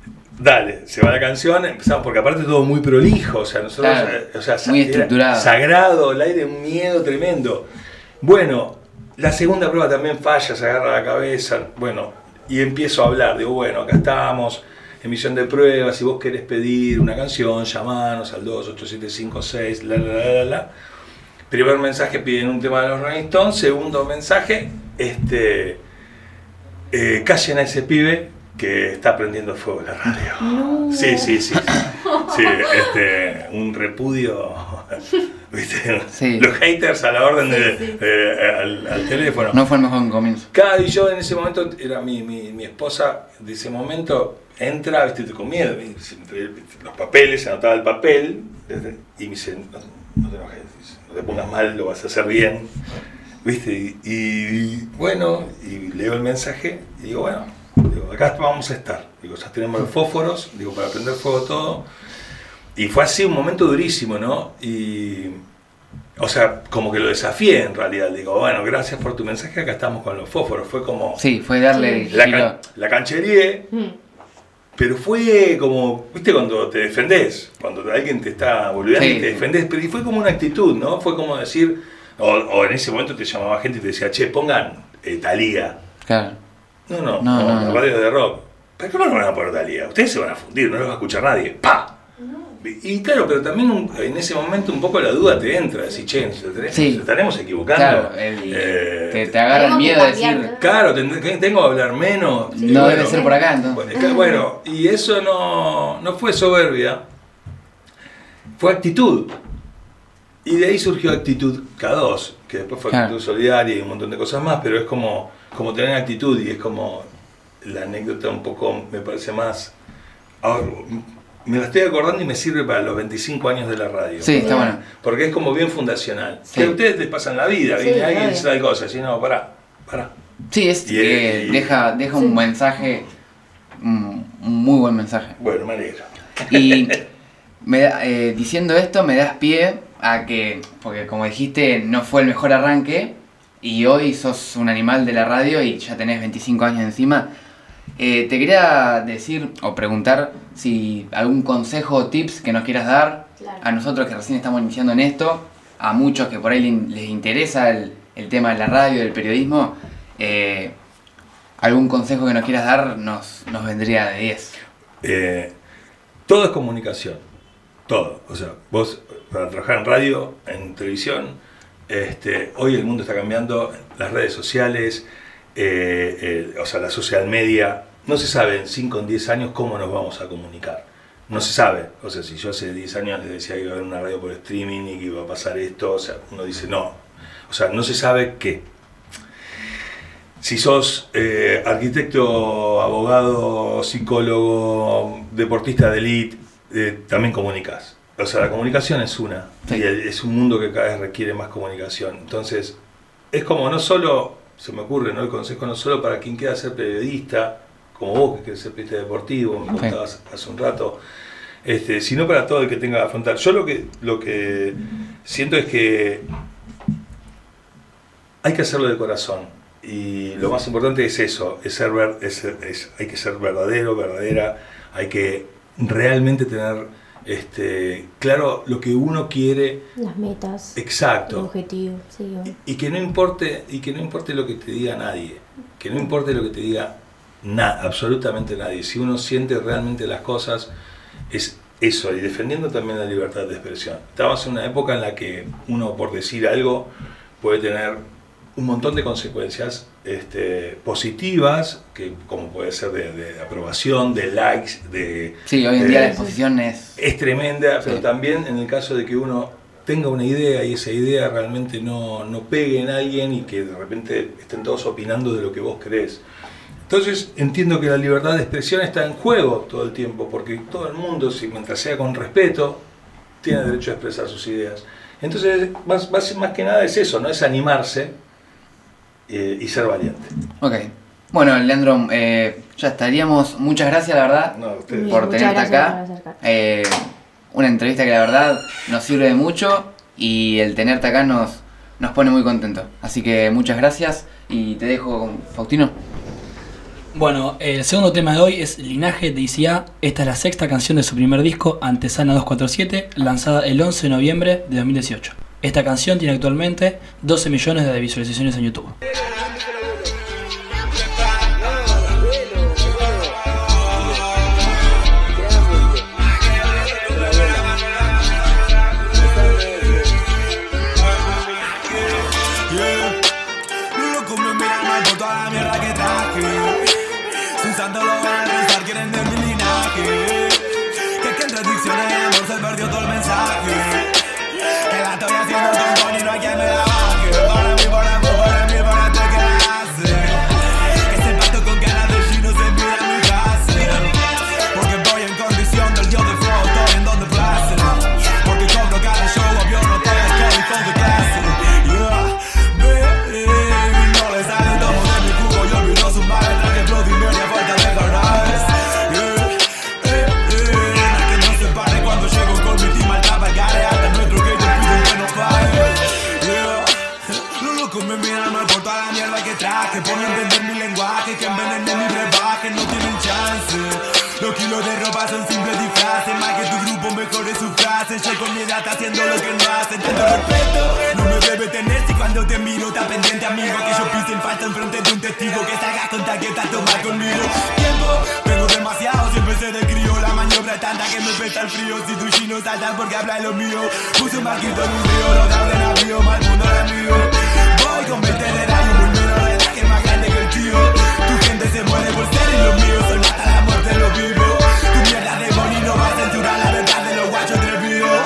Dale, se va la canción, empezamos, porque aparte todo muy prolijo, o sea, nosotros, Claro, eh, o sea, muy era estructurado. sagrado, el aire, un miedo tremendo. Bueno, la segunda prueba también falla, se agarra la cabeza, bueno, y empiezo a hablar, digo, bueno, acá estamos, emisión de pruebas, si vos querés pedir una canción, llamanos al dos ocho siete cinco seis, la la la la la. Primer mensaje, piden un tema de los Rolling Stones, segundo mensaje, este, eh, callen a ese pibe que está prendiendo fuego la radio. No. Sí, sí, sí. Sí, este, un repudio, ¿viste? Sí. Los haters a la orden de, Sí, sí. eh, al, al teléfono. No fue el mejor comienzo. Cada y yo en ese momento, era mi, mi, mi esposa de ese momento, entra, ¿viste? Con miedo, entre los papeles, anotaba el papel, y me dice, no, no te enojes, no te pongas mal, lo vas a hacer bien, ¿viste? Y, y bueno, y leo el mensaje, y digo, bueno, digo, acá vamos a estar, digo, ya tenemos los fósforos, digo, para prender fuego todo, y fue así un momento durísimo, ¿no? Y, o sea, como que lo desafié en realidad, digo, bueno, gracias por tu mensaje, acá estamos con los fósforos, fue como... Sí, fue darle La, giro. can, la canchería, Mm. pero fue como, viste, cuando te defendés, cuando alguien te está volviendo Sí, y te sí. defendés, pero y fue como una actitud, ¿no? Fue como decir, o, o en ese momento te llamaba gente y te decía, che, pongan eh, Thalía. Claro. No, no, No, no, no, la no. radio de rock. ¿Pero cómo no van a poner Thalía? Ustedes se van a fundir, no los va a escuchar nadie. ¡Pa! Y claro, pero también un- en ese momento un poco la duda te entra, decir, che, ¿nos estaremos, Sí. nos estaremos equivocando? Claro, el- Eh, te, te agarra el Tenemos que miedo de cambiar, decir, ¿no? Claro, ten- tengo que hablar menos. Y no bueno, debe ser por acá entonces. Bueno, es que, bueno, y eso no, no fue soberbia, fue actitud. Y de ahí surgió actitud K dos, que después fue Claro. actitud solidaria y un montón de cosas más, pero es como, como tener actitud y es como la anécdota un poco, me parece más... Ahora, me la estoy acordando y me sirve para los veinticinco años de la radio. Sí, está bueno. Porque es como bien fundacional. Sí. Que a ustedes les pasan la vida, Sí, viene alguien y obvio. dice tal cosa, si no, pará, pará. Sí, es Y- que y- deja, deja un Sí. mensaje, un, un muy buen mensaje. Bueno, me alegro. Y me da- eh, diciendo esto me das pie a que, porque como dijiste, no fue el mejor arranque y hoy sos un animal de la radio y ya tenés veinticinco años encima. Eh, te quería decir o preguntar si algún consejo o tips que nos quieras dar Claro. a nosotros que recién estamos iniciando en esto, a muchos que por ahí le- les interesa el, el tema de la radio, del periodismo, eh, algún consejo que nos quieras dar nos, nos vendría de diez. Eh, todo es comunicación, todo. O sea, vos para trabajar en radio, en televisión, este, hoy el mundo está cambiando, las redes sociales, eh, eh, o sea, la social media, no se sabe en cinco o en diez años cómo nos vamos a comunicar. No se sabe. O sea, si yo hace diez años les decía que iba a haber una radio por streaming y que iba a pasar esto, o sea, uno dice no. O sea, no se sabe qué. Si sos eh, arquitecto, abogado, psicólogo, deportista de élite, eh, también comunicas. O sea, la comunicación es una. Sí. Y el- es un mundo que cada vez requiere más comunicación. Entonces, es como no solo, se me ocurre, ¿no? El consejo no solo para quien quiera ser periodista, como vos que querés ser periodista deportivo, me Sí. contabas hace un rato, este, sino para todo el que tenga que afrontar. Yo lo que, lo que siento es que hay que hacerlo de corazón. Y lo más importante es eso, es ser ver, es, es- hay que ser verdadero, verdadera, hay que realmente tener este, claro lo que uno quiere, Las metas, el exacto, objetivo, sí, obvio. y que no importe, y que no importe lo que te diga nadie, que no importe lo que te diga nada, absolutamente nadie. Si uno siente realmente las cosas, es eso, y defendiendo también la libertad de expresión. Estamos en una época en la que uno por decir algo puede tener un montón de consecuencias este, positivas, que como puede ser de, de aprobación, de likes, de... Sí, hoy en de- día la exposición es... es tremenda, pero Sí. también en el caso de que uno tenga una idea y esa idea realmente no, no pegue en alguien y que de repente estén todos opinando de lo que vos crees. Entonces entiendo que la libertad de expresión está en juego todo el tiempo, porque todo el mundo, si mientras sea con respeto, tiene derecho a expresar sus ideas. Entonces, más, más, más que nada es eso, ¿no? Es animarse eh, y ser valiente. Ok. Bueno, Leandro, eh, ya estaríamos. Muchas gracias, la verdad, No, ustedes. Bien, por muchas tenerte gracias acá. por acercarte. Eh, una entrevista que la verdad nos sirve de mucho y el tenerte acá nos, nos pone muy contentos. Así que muchas gracias y te dejo con Faustino. Bueno, el segundo tema de hoy es Linaje de I C A. Esta es la sexta canción de su primer disco, Antesana doscientos cuarenta y siete, lanzada el once de noviembre de dos mil dieciocho. Esta canción tiene actualmente doce millones de visualizaciones en YouTube. Haciendo lo que no hacen, tanto respeto no me debe tener si cuando te miro está pendiente, amigo, que yo pise en falta enfrente de un testigo que salga con taqueta a tomar conmigo. Tiempo, tengo demasiado, siempre se descrió. La maniobra es tanta que me pesa el frío. Si tu chino salta porque habla lo mío. Puse un marquito en un río, no da de navío, mal mundo era mío. Voy con veinte de rayo, muy menos relaje más grande que el tío. Tu gente se muere por ser y los míos son hasta la muerte los vivos. Tu mierda de boni no va a censurar la verdad de los guachos atrevidos.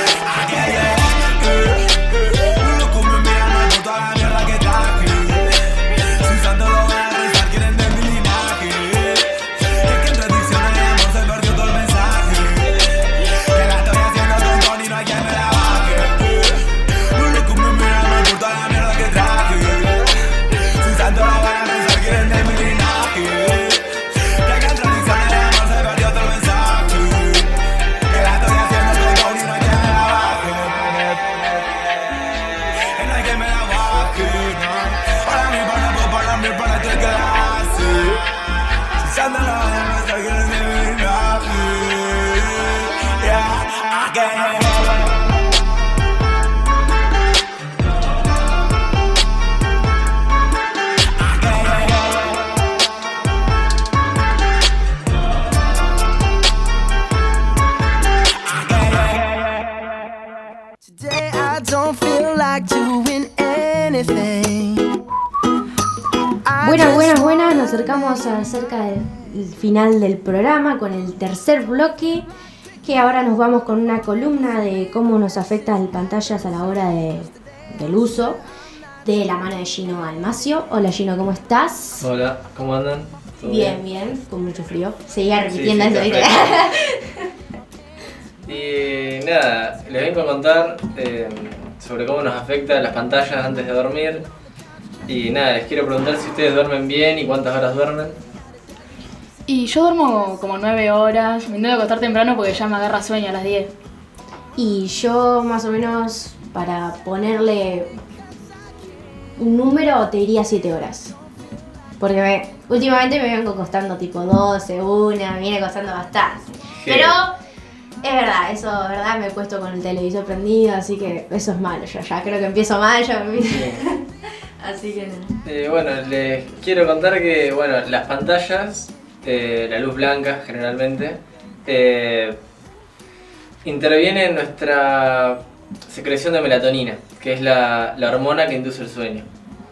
Buenas, buenas, buenas, nos acercamos acerca del final del programa con el tercer bloque, que ahora nos vamos con una columna de cómo nos afecta las pantallas a la hora de, del uso, de la mano de Gino Almacio. Hola Gino, ¿cómo estás? Hola, ¿cómo andan? Bien, bien, bien, con mucho frío. Seguía repitiendo sí, sí, eso, ¿viste? Y nada, les vengo a contar eh, sobre cómo nos afecta las pantallas antes de dormir. Y nada, les quiero preguntar si ustedes duermen bien y cuántas horas duermen. Y yo duermo como nueve horas, me intento acostar temprano porque ya me agarra sueño a las diez. Y yo más o menos, para ponerle un número, te diría siete horas. Porque me, últimamente me vengo costando tipo doce, una, me viene costando bastante. ¿Qué? Pero es verdad, eso es verdad, me cuesto con el televisor prendido, así que eso es malo. Yo ya creo que empiezo mal, ya me empiezo... Así que no. Eh, bueno, les quiero contar que bueno, las pantallas, eh, la luz blanca generalmente, eh, interviene en nuestra secreción de melatonina, que es la, la hormona que induce el sueño.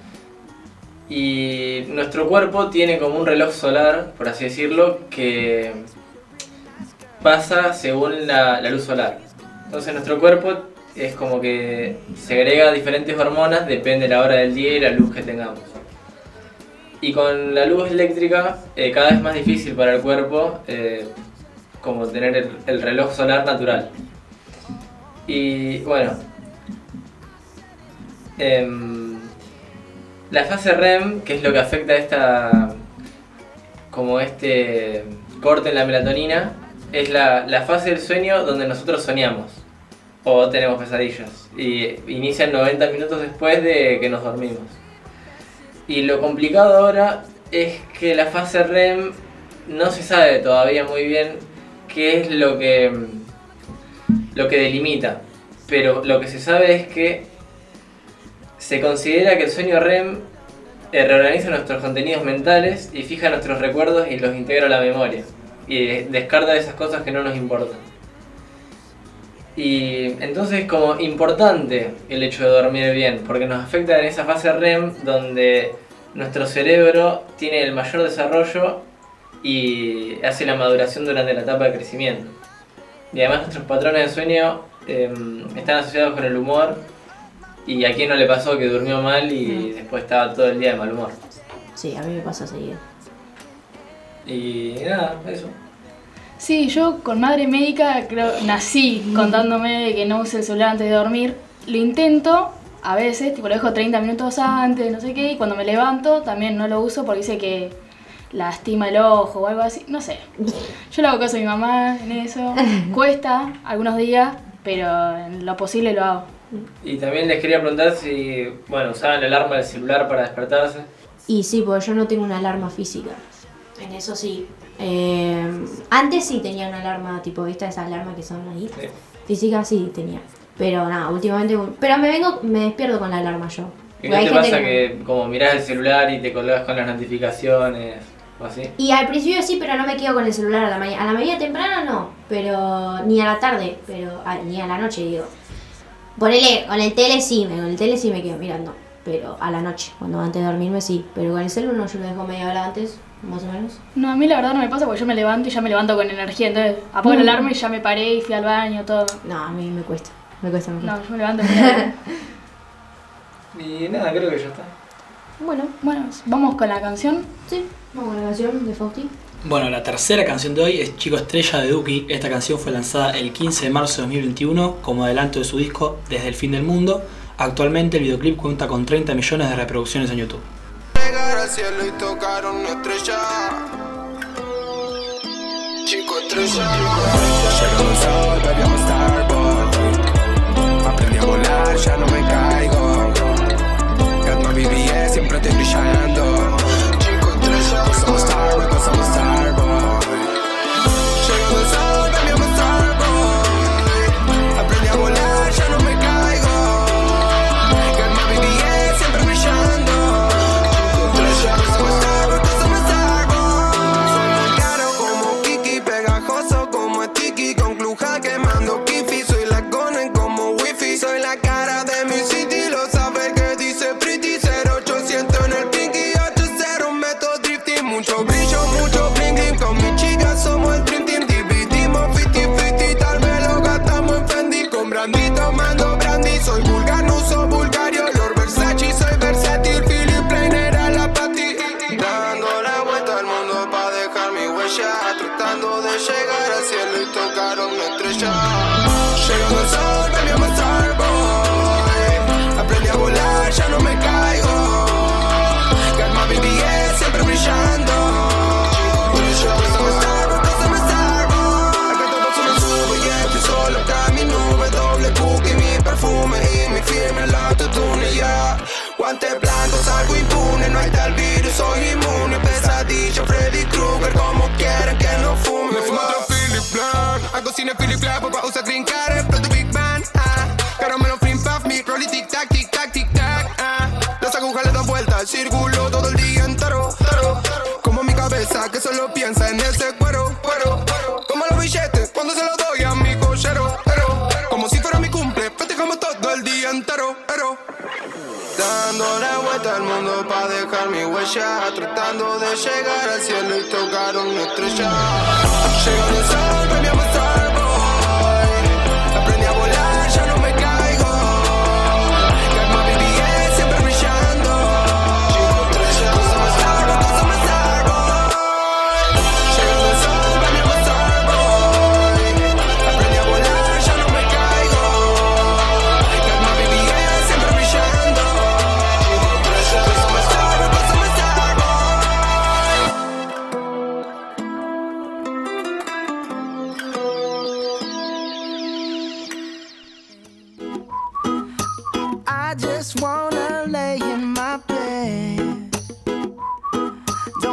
Y nuestro cuerpo tiene como un reloj solar, por así decirlo, que pasa según la, la luz solar. Entonces nuestro cuerpo es como que segrega diferentes hormonas, depende de la hora del día y la luz que tengamos. Y con la luz eléctrica, eh, cada vez más difícil para el cuerpo eh, como tener el, el reloj solar natural. Y bueno, eh, la fase R E M, que es lo que afecta a esta, como este corte en la melatonina, es la, la fase del sueño donde nosotros soñamos o tenemos pesadillas, y inician noventa minutos después de que nos dormimos. Y lo complicado ahora es que la fase R E M no se sabe todavía muy bien qué es lo que, lo que delimita, pero lo que se sabe es que se considera que el sueño R E M eh, reorganiza nuestros contenidos mentales y fija nuestros recuerdos y los integra a la memoria y descarta esas cosas que no nos importan. Y entonces es como importante el hecho de dormir bien, porque nos afecta en esa fase R E M donde nuestro cerebro tiene el mayor desarrollo y hace la maduración durante la etapa de crecimiento. Y además nuestros patrones de sueño eh, están asociados con el humor, y a quién no le pasó que durmió mal y después estaba todo el día de mal humor. Sí, a mí me pasa seguido. Y nada, eso. Sí, yo con madre médica creo nací contándome de que no use el celular antes de dormir. Lo intento a veces, tipo lo dejo treinta minutos antes, no sé qué, y cuando me levanto también no lo uso porque dice que lastima el ojo o algo así, no sé. Yo le hago caso a mi mamá en eso. Cuesta algunos días, pero en lo posible lo hago. Y también les quería preguntar si, bueno, usaban la alarma del celular para despertarse. Y sí, porque yo no tengo una alarma física. En eso sí. Eh, antes sí tenía una alarma, tipo, ¿viste? Esas alarmas que son ahí. Sí. Física sí tenía. Pero nada, últimamente... Pero me vengo, me despierto con la alarma yo. ¿Y no te pasa que, que como mirás el celular y te colgás con las notificaciones o así? Y al principio sí, pero no me quedo con el celular a la mañana. A la mañana temprano no, pero ni a la tarde, pero a, ni a la noche digo. Ponele, con el tele sí, con el tele sí me quedo mirando, pero a la noche, cuando antes de dormirme sí, pero con el celular no, yo lo dejo media hora antes, más o menos. No, a mí la verdad no me pasa porque yo me levanto y ya me levanto con energía, entonces apago la alarma y ya me paré y fui al baño, todo. No, a mí me cuesta, me cuesta, me cuesta. No, yo me levanto con Y nada, creo que ya está. Bueno, bueno, ¿vamos con la canción? Sí, vamos con la canción de Fausti. Bueno, la tercera canción de hoy es Chico Estrella de Duki. Esta canción fue lanzada el quince de marzo de dos mil veintiuno como adelanto de su disco Desde el Fin del Mundo. Actualmente el videoclip cuenta con treinta millones de reproducciones en YouTube. Llegar al cielo y tocar una estrella. Chico Estrella. Llegó el sol, bebíamos Starbucks. Aprendí a volar, ya no me caigo. Got my B B S, siempre estoy brillando. Chico Estrella. Pasamos Starbucks, pasamos Starbucks. Llegó el sol, bebíamos Starbucks. Aprendí a volar, ya no me caigo. Got my B B S, siempre brillando. Chico Estrella. Pasamos Starbucks, pasamos Starbucks. Soy muy caro como Kiki, pegajoso como Sticky, con Cluja quemando Kifi. Soy la Conen como Wifi. Soy la cara de mi city, lo sabe que dice pretty. Cero ochocientos en el pinky, ocho cero meto drifting. Mucho brillo, mucho bling bling. Con mi chica somos el dream team. Dividimos cincuenta cincuenta, tal vez lo gastamos en Fendi. Con brandy tomando brandy. Soy vulgar, no uso vulgario. Lord Versace, soy versátil. Philip Plain era la pati. Dando la vuelta al mundo pa' dejar mi huella. Tratando de llegar al cielo y tocar una estrella. Llegando al sol, bebíamos Starboy. Aprendí a volar, ya no me caigo. Got my B B S, siempre brillando. Pasamos Starboy, pasamos Starboy. Acá todo se me sube y estoy solo acá en mi nube. Doble cookie, mi perfume y mi firme la autotune, yeah. Guante blanco, salgo impune, no hay tal virus, soy inmune. Pesadilla, Freddy Krueger, como quieren que no fume. Me fumo otro Philip Blanc, hago cine Philip Blanc, papá usa green card, plato Big Bang, ah. Caramelo, flim, puff, mi rolly, tic tac, tic tac, tic tac, ah. Las agujas le dan vuelta al círculo todo el día entero, entero. Como mi cabeza que solo piensa en ese cuero, cuero. Como los billetes cuando se los doy a mi cochero, pero como si fuera mi cumple, festejamos todo el día entero, pero. Dando la vuelta al mundo pa' dejar mi huella. Tratando de llegar al cielo y tocar una estrella. Llegando el sol, bebíamos Starboy. Aprendí a volar, ya no me caigo. Got my B B S, siempre brillando. Pasamos Starboy, pasamos Starboy. Llegando el sol, bebíamos Starboy. Aprendí a volar, ya no me caigo. Got my B B S, siempre brillando. I just wanna lay in my bed. Don't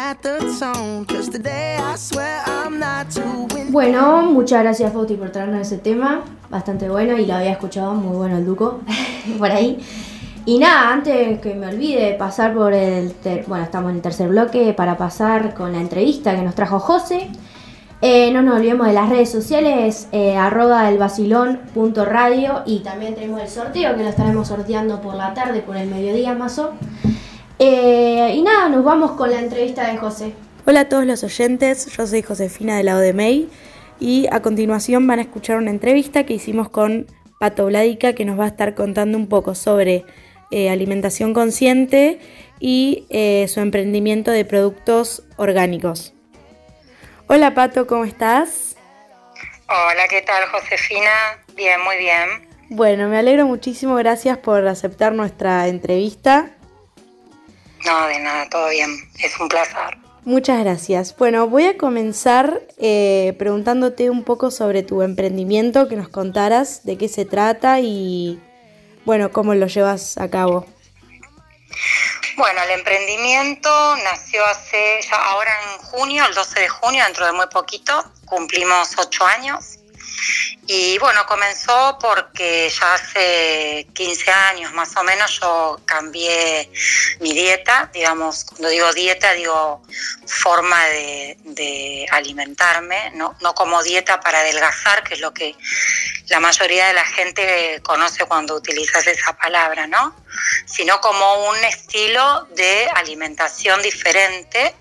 Bueno, muchas gracias Fauti por traernos ese tema, bastante bueno y lo había escuchado, muy bueno el Duco, por ahí. Y nada, antes que me olvide pasar por el, ter- bueno, estamos en el tercer bloque para pasar con la entrevista que nos trajo José. Eh, no nos olvidemos de las redes sociales, eh, arroba elvacilón.radio y también tenemos el sorteo que lo estaremos sorteando por la tarde, por el mediodía más o eh, y nada, nos vamos con la entrevista de José. Hola a todos los oyentes, yo soy Josefina de la O D M E I y a continuación van a escuchar una entrevista que hicimos con Pato Vladica, que nos va a estar contando un poco sobre eh, alimentación consciente y eh, su emprendimiento de productos orgánicos. Hola Pato, ¿cómo estás? Hola, ¿qué tal Josefina? Bien, muy bien. Bueno, me alegro muchísimo, gracias por aceptar nuestra entrevista. No, de nada, todo bien, es un placer. Muchas gracias. Bueno, voy a comenzar eh, preguntándote un poco sobre tu emprendimiento, que nos contaras de qué se trata y, bueno, cómo lo llevas a cabo. Bueno, el emprendimiento nació hace, ya ahora en junio, el doce de junio, dentro de muy poquito, cumplimos ocho años. Y bueno, comenzó porque ya hace quince años más o menos yo cambié mi dieta, digamos, cuando digo dieta digo forma de, de alimentarme, ¿no? No como dieta para adelgazar, que es lo que la mayoría de la gente conoce cuando utilizas esa palabra, ¿no? Sino como un estilo de alimentación diferente.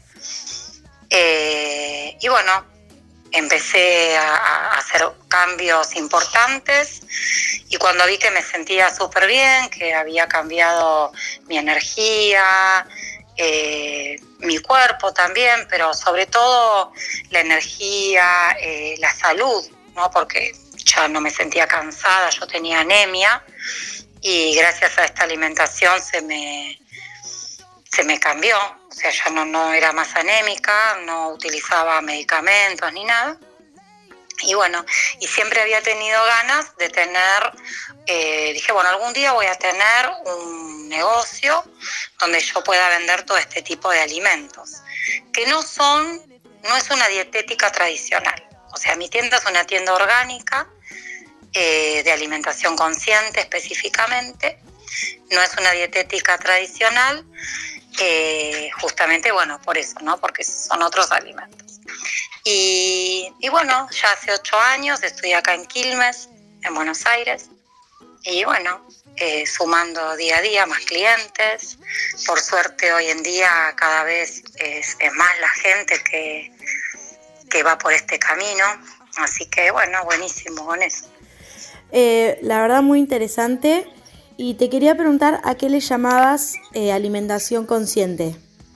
Eh, y bueno, empecé a, a hacer cambios importantes y cuando vi que me sentía súper bien, que había cambiado mi energía, eh, mi cuerpo también, pero sobre todo la energía, eh, la salud, ¿no? Porque ya no me sentía cansada, yo tenía anemia y gracias a esta alimentación se me, se me cambió. O sea, ya no, no era más anémica, no utilizaba medicamentos ni nada. Y bueno, y siempre había tenido ganas de tener, eh, dije, bueno, algún día voy a tener un negocio donde yo pueda vender todo este tipo de alimentos, que no son, no es una dietética tradicional. O sea, mi tienda es una tienda orgánica, eh, de alimentación consciente específicamente, no es una dietética tradicional. Eh, justamente, bueno, por eso, ¿no? Porque son otros alimentos. Y, y bueno, ya hace ocho años estoy acá en Quilmes, en Buenos Aires, y bueno, eh, sumando día a día más clientes. Por suerte hoy en día cada vez es, es más la gente que, que va por este camino, así que bueno, buenísimo con eso. Eh, la verdad muy interesante. Y te quería preguntar a qué le llamabas eh, alimentación consciente.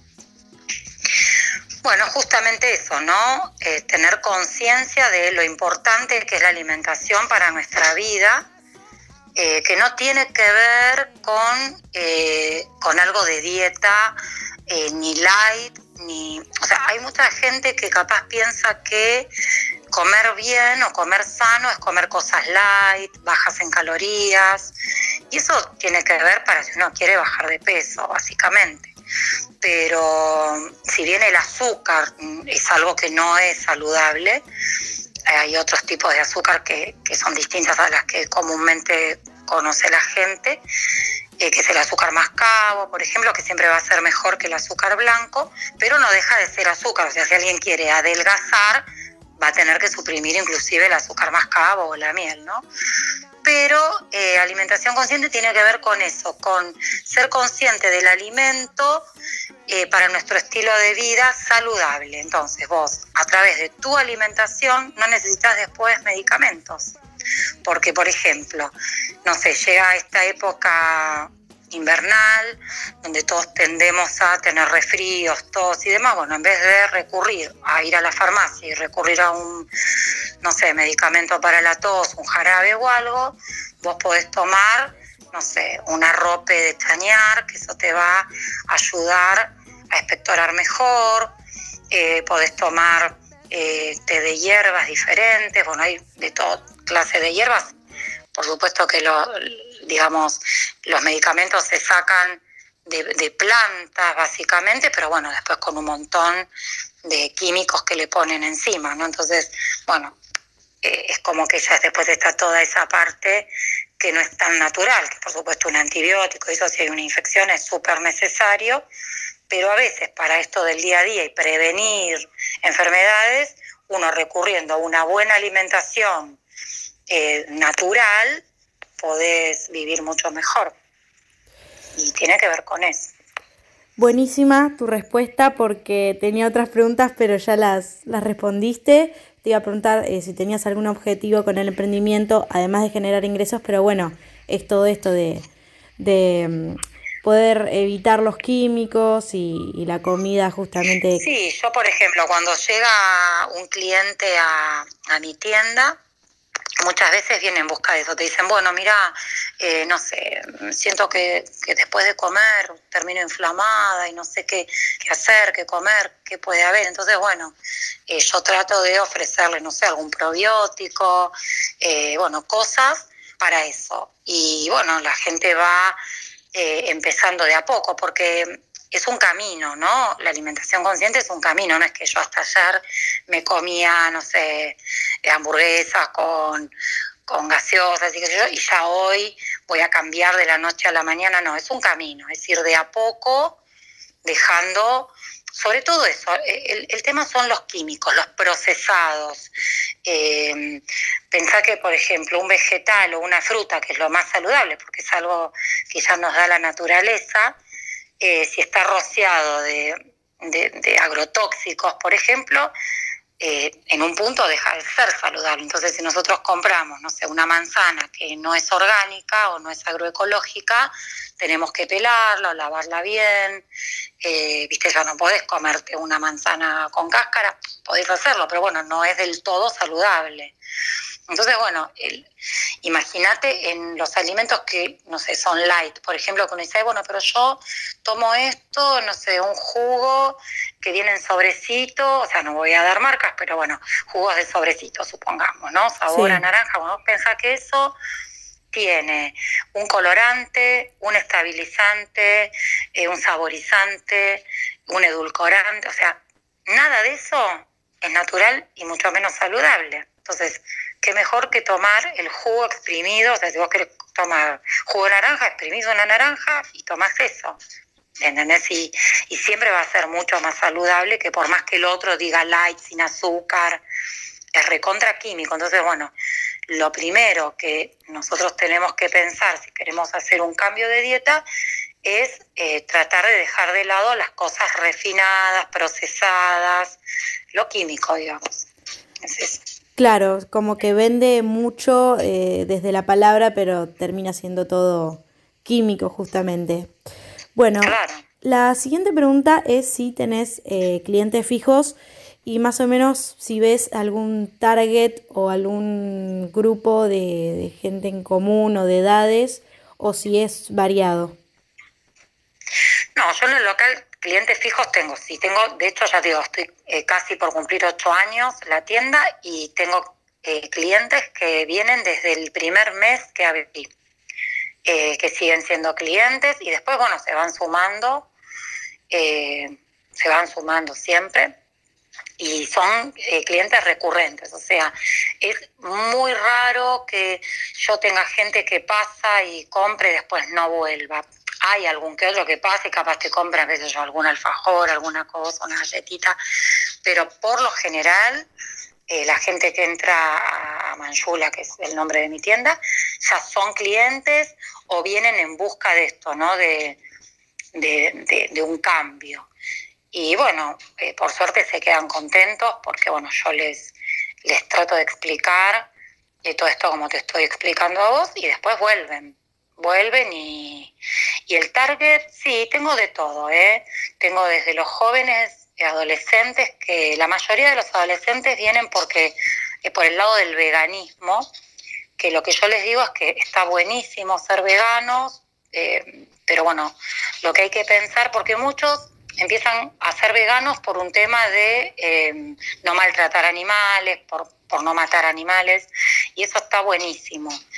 Bueno, justamente eso, ¿no? Eh, tener conciencia de lo importante que es la alimentación para nuestra vida, eh, que no tiene que ver con, eh, con algo de dieta, eh, ni light, ni... O sea, hay mucha gente que capaz piensa que comer bien o comer sano es comer cosas light, bajas en calorías, y eso tiene que ver para si uno quiere bajar de peso, básicamente. Pero si bien el azúcar es algo que no es saludable, hay otros tipos de azúcar que, que son distintas a las que comúnmente conoce la gente, eh, que es el azúcar mascabo, por ejemplo, que siempre va a ser mejor que el azúcar blanco, pero no deja de ser azúcar. O sea, si alguien quiere adelgazar, va a tener que suprimir inclusive el azúcar mascabo o la miel, ¿no? Pero eh, alimentación consciente tiene que ver con eso, con ser consciente del alimento eh, para nuestro estilo de vida saludable. Entonces vos, a través de tu alimentación, no necesitas después medicamentos. Porque, por ejemplo, no sé, llega esta época invernal, donde todos tendemos a tener resfríos, tos y demás. Bueno, en vez de recurrir a ir a la farmacia y recurrir a un, no sé, medicamento para la tos, un jarabe o algo, vos podés tomar, no sé, un arrope de chañar, que eso te va a ayudar a expectorar mejor. Eh, podés tomar eh, té de hierbas diferentes, bueno, hay de toda clase de hierbas. Por supuesto que lo, digamos, los medicamentos se sacan de, de plantas básicamente, pero bueno, después con un montón de químicos que le ponen encima, ¿no? Entonces, bueno, eh, es como que ya después está toda esa parte que no es tan natural, que por supuesto un antibiótico, eso si hay una infección es súper necesario, pero a veces para esto del día a día y prevenir enfermedades, uno recurriendo a una buena alimentación eh, natural, podés vivir mucho mejor. Y tiene que ver con eso. Buenísima tu respuesta porque tenía otras preguntas, pero ya las, las respondiste. Te iba a preguntar eh, si tenías algún objetivo con el emprendimiento, además de generar ingresos, pero bueno, es todo esto de, de um, poder evitar los químicos y, y la comida justamente. Sí, yo por ejemplo, cuando llega un cliente a, a mi tienda, muchas veces vienen en busca de eso, te dicen, bueno, mira, eh, no sé, siento que, que después de comer termino inflamada y no sé qué, qué hacer, qué comer, qué puede haber. Entonces, bueno, eh, yo trato de ofrecerle, no sé, algún probiótico, eh, bueno, cosas para eso. Y bueno, la gente va eh, empezando de a poco, porque es un camino, ¿no? La alimentación consciente es un camino, no es que yo hasta ayer me comía, no sé, hamburguesas con, con gaseosas y, qué sé yo, y ya hoy voy a cambiar de la noche a la mañana, no, es un camino, es ir de a poco dejando, sobre todo eso, el, el tema son los químicos, los procesados. Eh, pensá que, por ejemplo, un vegetal o una fruta, que es lo más saludable, porque es algo que ya nos da la naturaleza, Eh, si está rociado de, de, de agrotóxicos, por ejemplo, eh, en un punto deja de ser saludable. Entonces, si nosotros compramos, no sé, una manzana que no es orgánica o no es agroecológica, tenemos que pelarla o lavarla bien. Eh, viste, ya no podés comerte una manzana con cáscara, podés hacerlo, pero bueno, no es del todo saludable. Entonces, bueno, el, imagínate en los alimentos que, no sé, son light, por ejemplo, que uno dice, bueno, pero yo tomo esto, no sé, un jugo que viene en sobrecito, o sea, no voy a dar marcas, pero bueno, jugos de sobrecito, supongamos, ¿no? Sabor Sí. a naranja, bueno, vos pensás que eso tiene un colorante, un estabilizante, eh, un saborizante, un edulcorante, o sea, nada de eso es natural y mucho menos saludable. Entonces, qué mejor que tomar el jugo exprimido, o sea, si vos querés tomar jugo de naranja, exprimís una naranja y tomás eso, ¿entendés? Y, y siempre va a ser mucho más saludable que por más que el otro diga light, sin azúcar, es recontra químico. Entonces, bueno, lo primero que nosotros tenemos que pensar si queremos hacer un cambio de dieta es eh, tratar de dejar de lado las cosas refinadas, procesadas, lo químico, digamos. Es eso. Claro, como que vende mucho eh, desde la palabra, pero termina siendo todo químico justamente. Bueno, Claro. la siguiente pregunta es si tenés eh, clientes fijos y más o menos si ves algún target o algún grupo de, de gente en común o de edades o si es variado. No, yo en el local clientes fijos tengo, sí, tengo, de hecho ya digo, estoy eh, casi por cumplir ocho años en la tienda y tengo eh, clientes que vienen desde el primer mes que abrí, eh, que siguen siendo clientes y después, bueno, se van sumando, eh, se van sumando siempre y son eh, clientes recurrentes, o sea, es muy raro que yo tenga gente que pasa y compre y después no vuelva. Hay algún que otro que pase y capaz que compra, qué sé yo, algún alfajor, alguna cosa, una galletita, pero por lo general eh, la gente que entra a Manjula, que es el nombre de mi tienda, ya son clientes o vienen en busca de esto, ¿no? De, de, de, de un cambio. Y bueno, eh, por suerte se quedan contentos porque bueno, yo les, les trato de explicar y todo esto como te estoy explicando a vos y después vuelven. Vuelven y, y el target, sí, tengo de todo, ¿eh? Tengo desde los jóvenes y adolescentes, que la mayoría de los adolescentes vienen porque eh, por el lado del veganismo, que lo que yo les digo es que está buenísimo ser veganos, eh, pero bueno, lo que hay que pensar, porque muchos empiezan a ser veganos por un tema de eh, no maltratar animales, por, por no matar animales, y eso está buenísimo.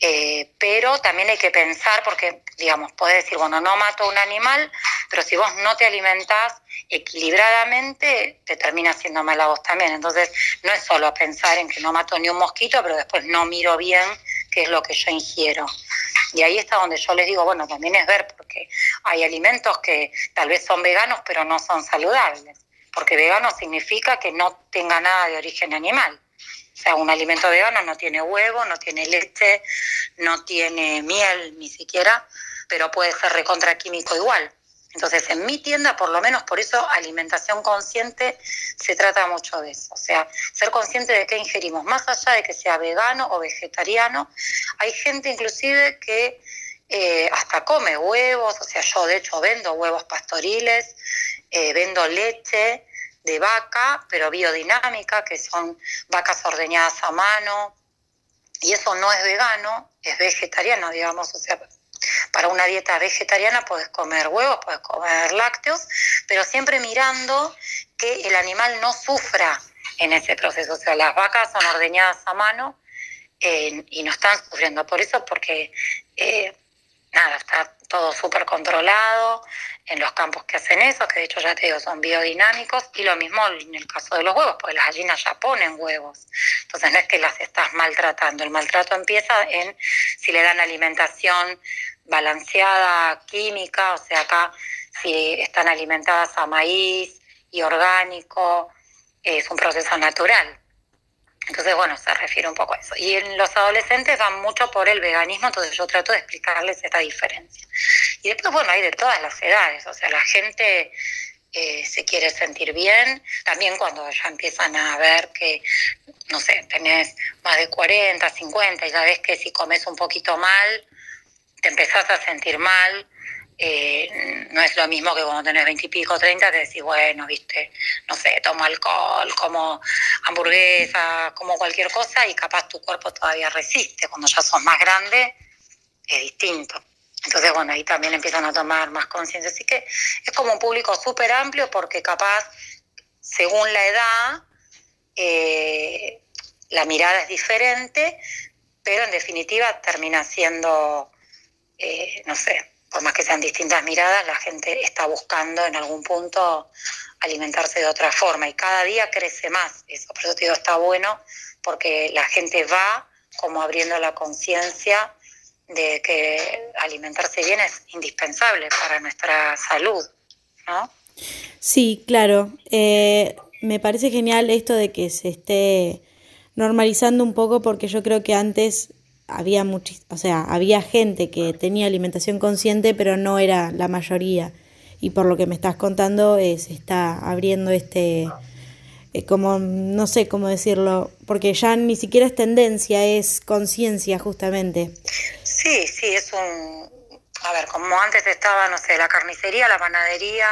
Eh, pero también hay que pensar, porque, digamos, podés decir, bueno, no mato a un animal, pero si vos no te alimentás equilibradamente, te termina haciendo mal a vos también. Entonces, no es solo pensar en que no mato ni un mosquito, pero después no miro bien qué es lo que yo ingiero. Y ahí está donde yo les digo, bueno, también es ver, porque hay alimentos que tal vez son veganos, pero no son saludables. Porque vegano significa que no tenga nada de origen animal. O sea, un alimento vegano no tiene huevo, no tiene leche, no tiene miel ni siquiera, pero puede ser recontraquímico igual. Entonces, en mi tienda, por lo menos por eso, alimentación consciente se trata mucho de eso. O sea, ser consciente de qué ingerimos, más allá de que sea vegano o vegetariano. Hay gente inclusive que eh, hasta come huevos, o sea, yo de hecho vendo huevos pastoriles, eh, vendo leche de vaca, pero biodinámica, que son vacas ordeñadas a mano, y eso no es vegano, es vegetariano, digamos. O sea, para una dieta vegetariana puedes comer huevos, puedes comer lácteos, pero siempre mirando que el animal no sufra en ese proceso. O sea, las vacas son ordeñadas a mano eh, y no están sufriendo por eso, porque eh, nada, está todo súper controlado en los campos que hacen eso, que de hecho ya te digo, son biodinámicos, y lo mismo en el caso de los huevos, porque las gallinas ya ponen huevos. Entonces no es que las estás maltratando, el maltrato empieza en si le dan alimentación balanceada, química, o sea, acá si están alimentadas a maíz y orgánico, es un proceso natural. Entonces, bueno, se refiere un poco a eso. Y en los adolescentes van mucho por el veganismo, entonces yo trato de explicarles esta diferencia. Y después, bueno, hay de todas las edades, o sea, la gente eh, se quiere sentir bien, también cuando ya empiezan a ver que, no sé, tenés más de cuarenta, cincuenta, y ya ves que si comes un poquito mal, te empezás a sentir mal. Eh, no es lo mismo que cuando tenés veintipico, treinta, te decís, bueno, viste, no sé, tomo alcohol, como hamburguesa, como cualquier cosa, y capaz tu cuerpo todavía resiste. Cuando ya sos más grande, es distinto. Entonces, bueno, ahí también empiezan a tomar más conciencia. Así que es como un público súper amplio, porque capaz, según la edad, eh, la mirada es diferente, pero en definitiva termina siendo, eh, no sé, por más que sean distintas miradas, la gente está buscando en algún punto alimentarse de otra forma, y cada día crece más eso. Por eso te digo, está bueno, porque la gente va como abriendo la conciencia de que alimentarse bien es indispensable para nuestra salud, ¿no? Sí, claro. Eh, me parece genial esto de que se esté normalizando un poco, porque yo creo que antes había muchis, o sea, había gente que tenía alimentación consciente, pero no era la mayoría. Y por lo que me estás contando, eh, se está abriendo este, eh, como, no sé cómo decirlo, porque ya ni siquiera es tendencia, es conciencia justamente. Sí, sí, es un... A ver, como antes estaba, no sé, la carnicería, la panadería,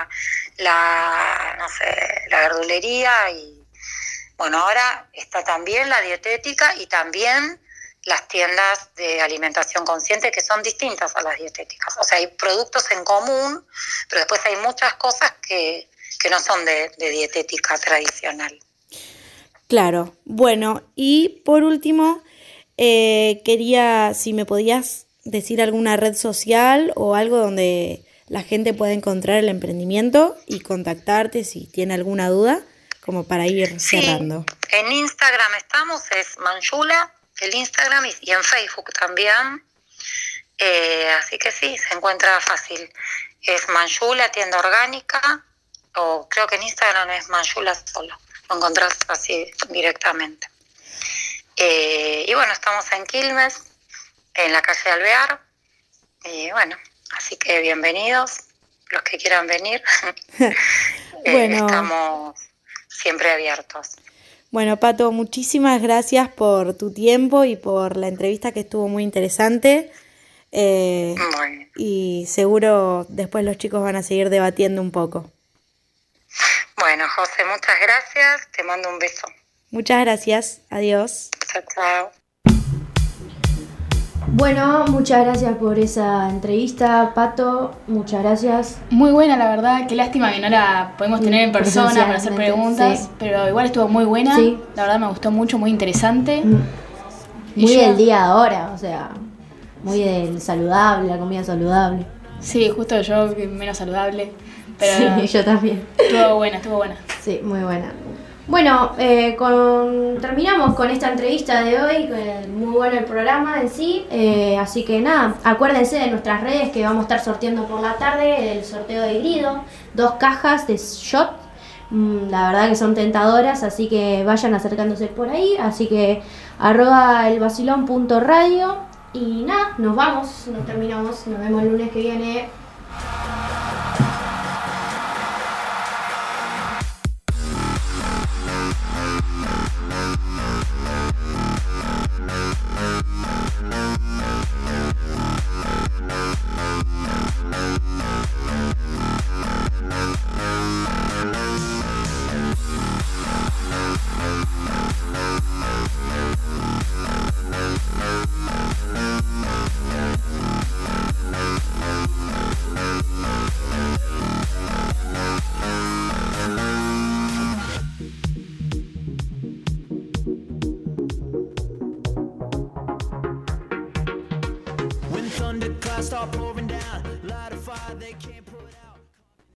la, no sé, la verdulería, y bueno, ahora está también la dietética y también las tiendas de alimentación consciente, que son distintas a las dietéticas. O sea, hay productos en común, pero después hay muchas cosas que, que no son de, de dietética tradicional. Claro. Bueno, y por último, eh, quería, si me podías decir alguna red social o algo donde la gente pueda encontrar el emprendimiento y contactarte si tiene alguna duda, como para ir cerrando. Sí, en Instagram estamos, es Manjula, el Instagram, y en Facebook también, eh, así que sí, se encuentra fácil. Es Manjula, tienda orgánica, o creo que en Instagram es Manjula solo, lo encontrás así directamente. Eh, y bueno, estamos en Quilmes, en la calle Alvear, y bueno, así que bienvenidos los que quieran venir. eh, Bueno. Estamos siempre abiertos. Bueno, Pato, muchísimas gracias por tu tiempo y por la entrevista, que estuvo muy interesante. Eh, bueno. Y seguro después los chicos van a seguir debatiendo un poco. Bueno, José, muchas gracias. Te mando un beso. Muchas gracias. Adiós. Chao, chao. Bueno, muchas gracias por esa entrevista, Pato. Muchas gracias. Muy buena, la verdad. Qué lástima que no la podemos tener en persona para hacer preguntas, sí. Pero igual estuvo muy buena. Sí. La verdad me gustó mucho, muy interesante. Mm. muy Y yo- del día de ahora, o sea, muy del saludable, la comida saludable. Sí, justo yo que menos saludable. Pero Sí, yo también. estuvo buena, estuvo buena. Sí, muy buena. Bueno, eh, con, terminamos con esta entrevista de hoy, con el- muy bueno el programa en sí, eh, así que nada, acuérdense de nuestras redes que vamos a estar sorteando por la tarde el sorteo de Grido, dos cajas de shot, mm, la verdad que son tentadoras, así que vayan acercándose por ahí, así que arroba elvacilón punto radio y nada, nos vamos, nos terminamos, nos vemos el lunes que viene. When thunderclouds start pouring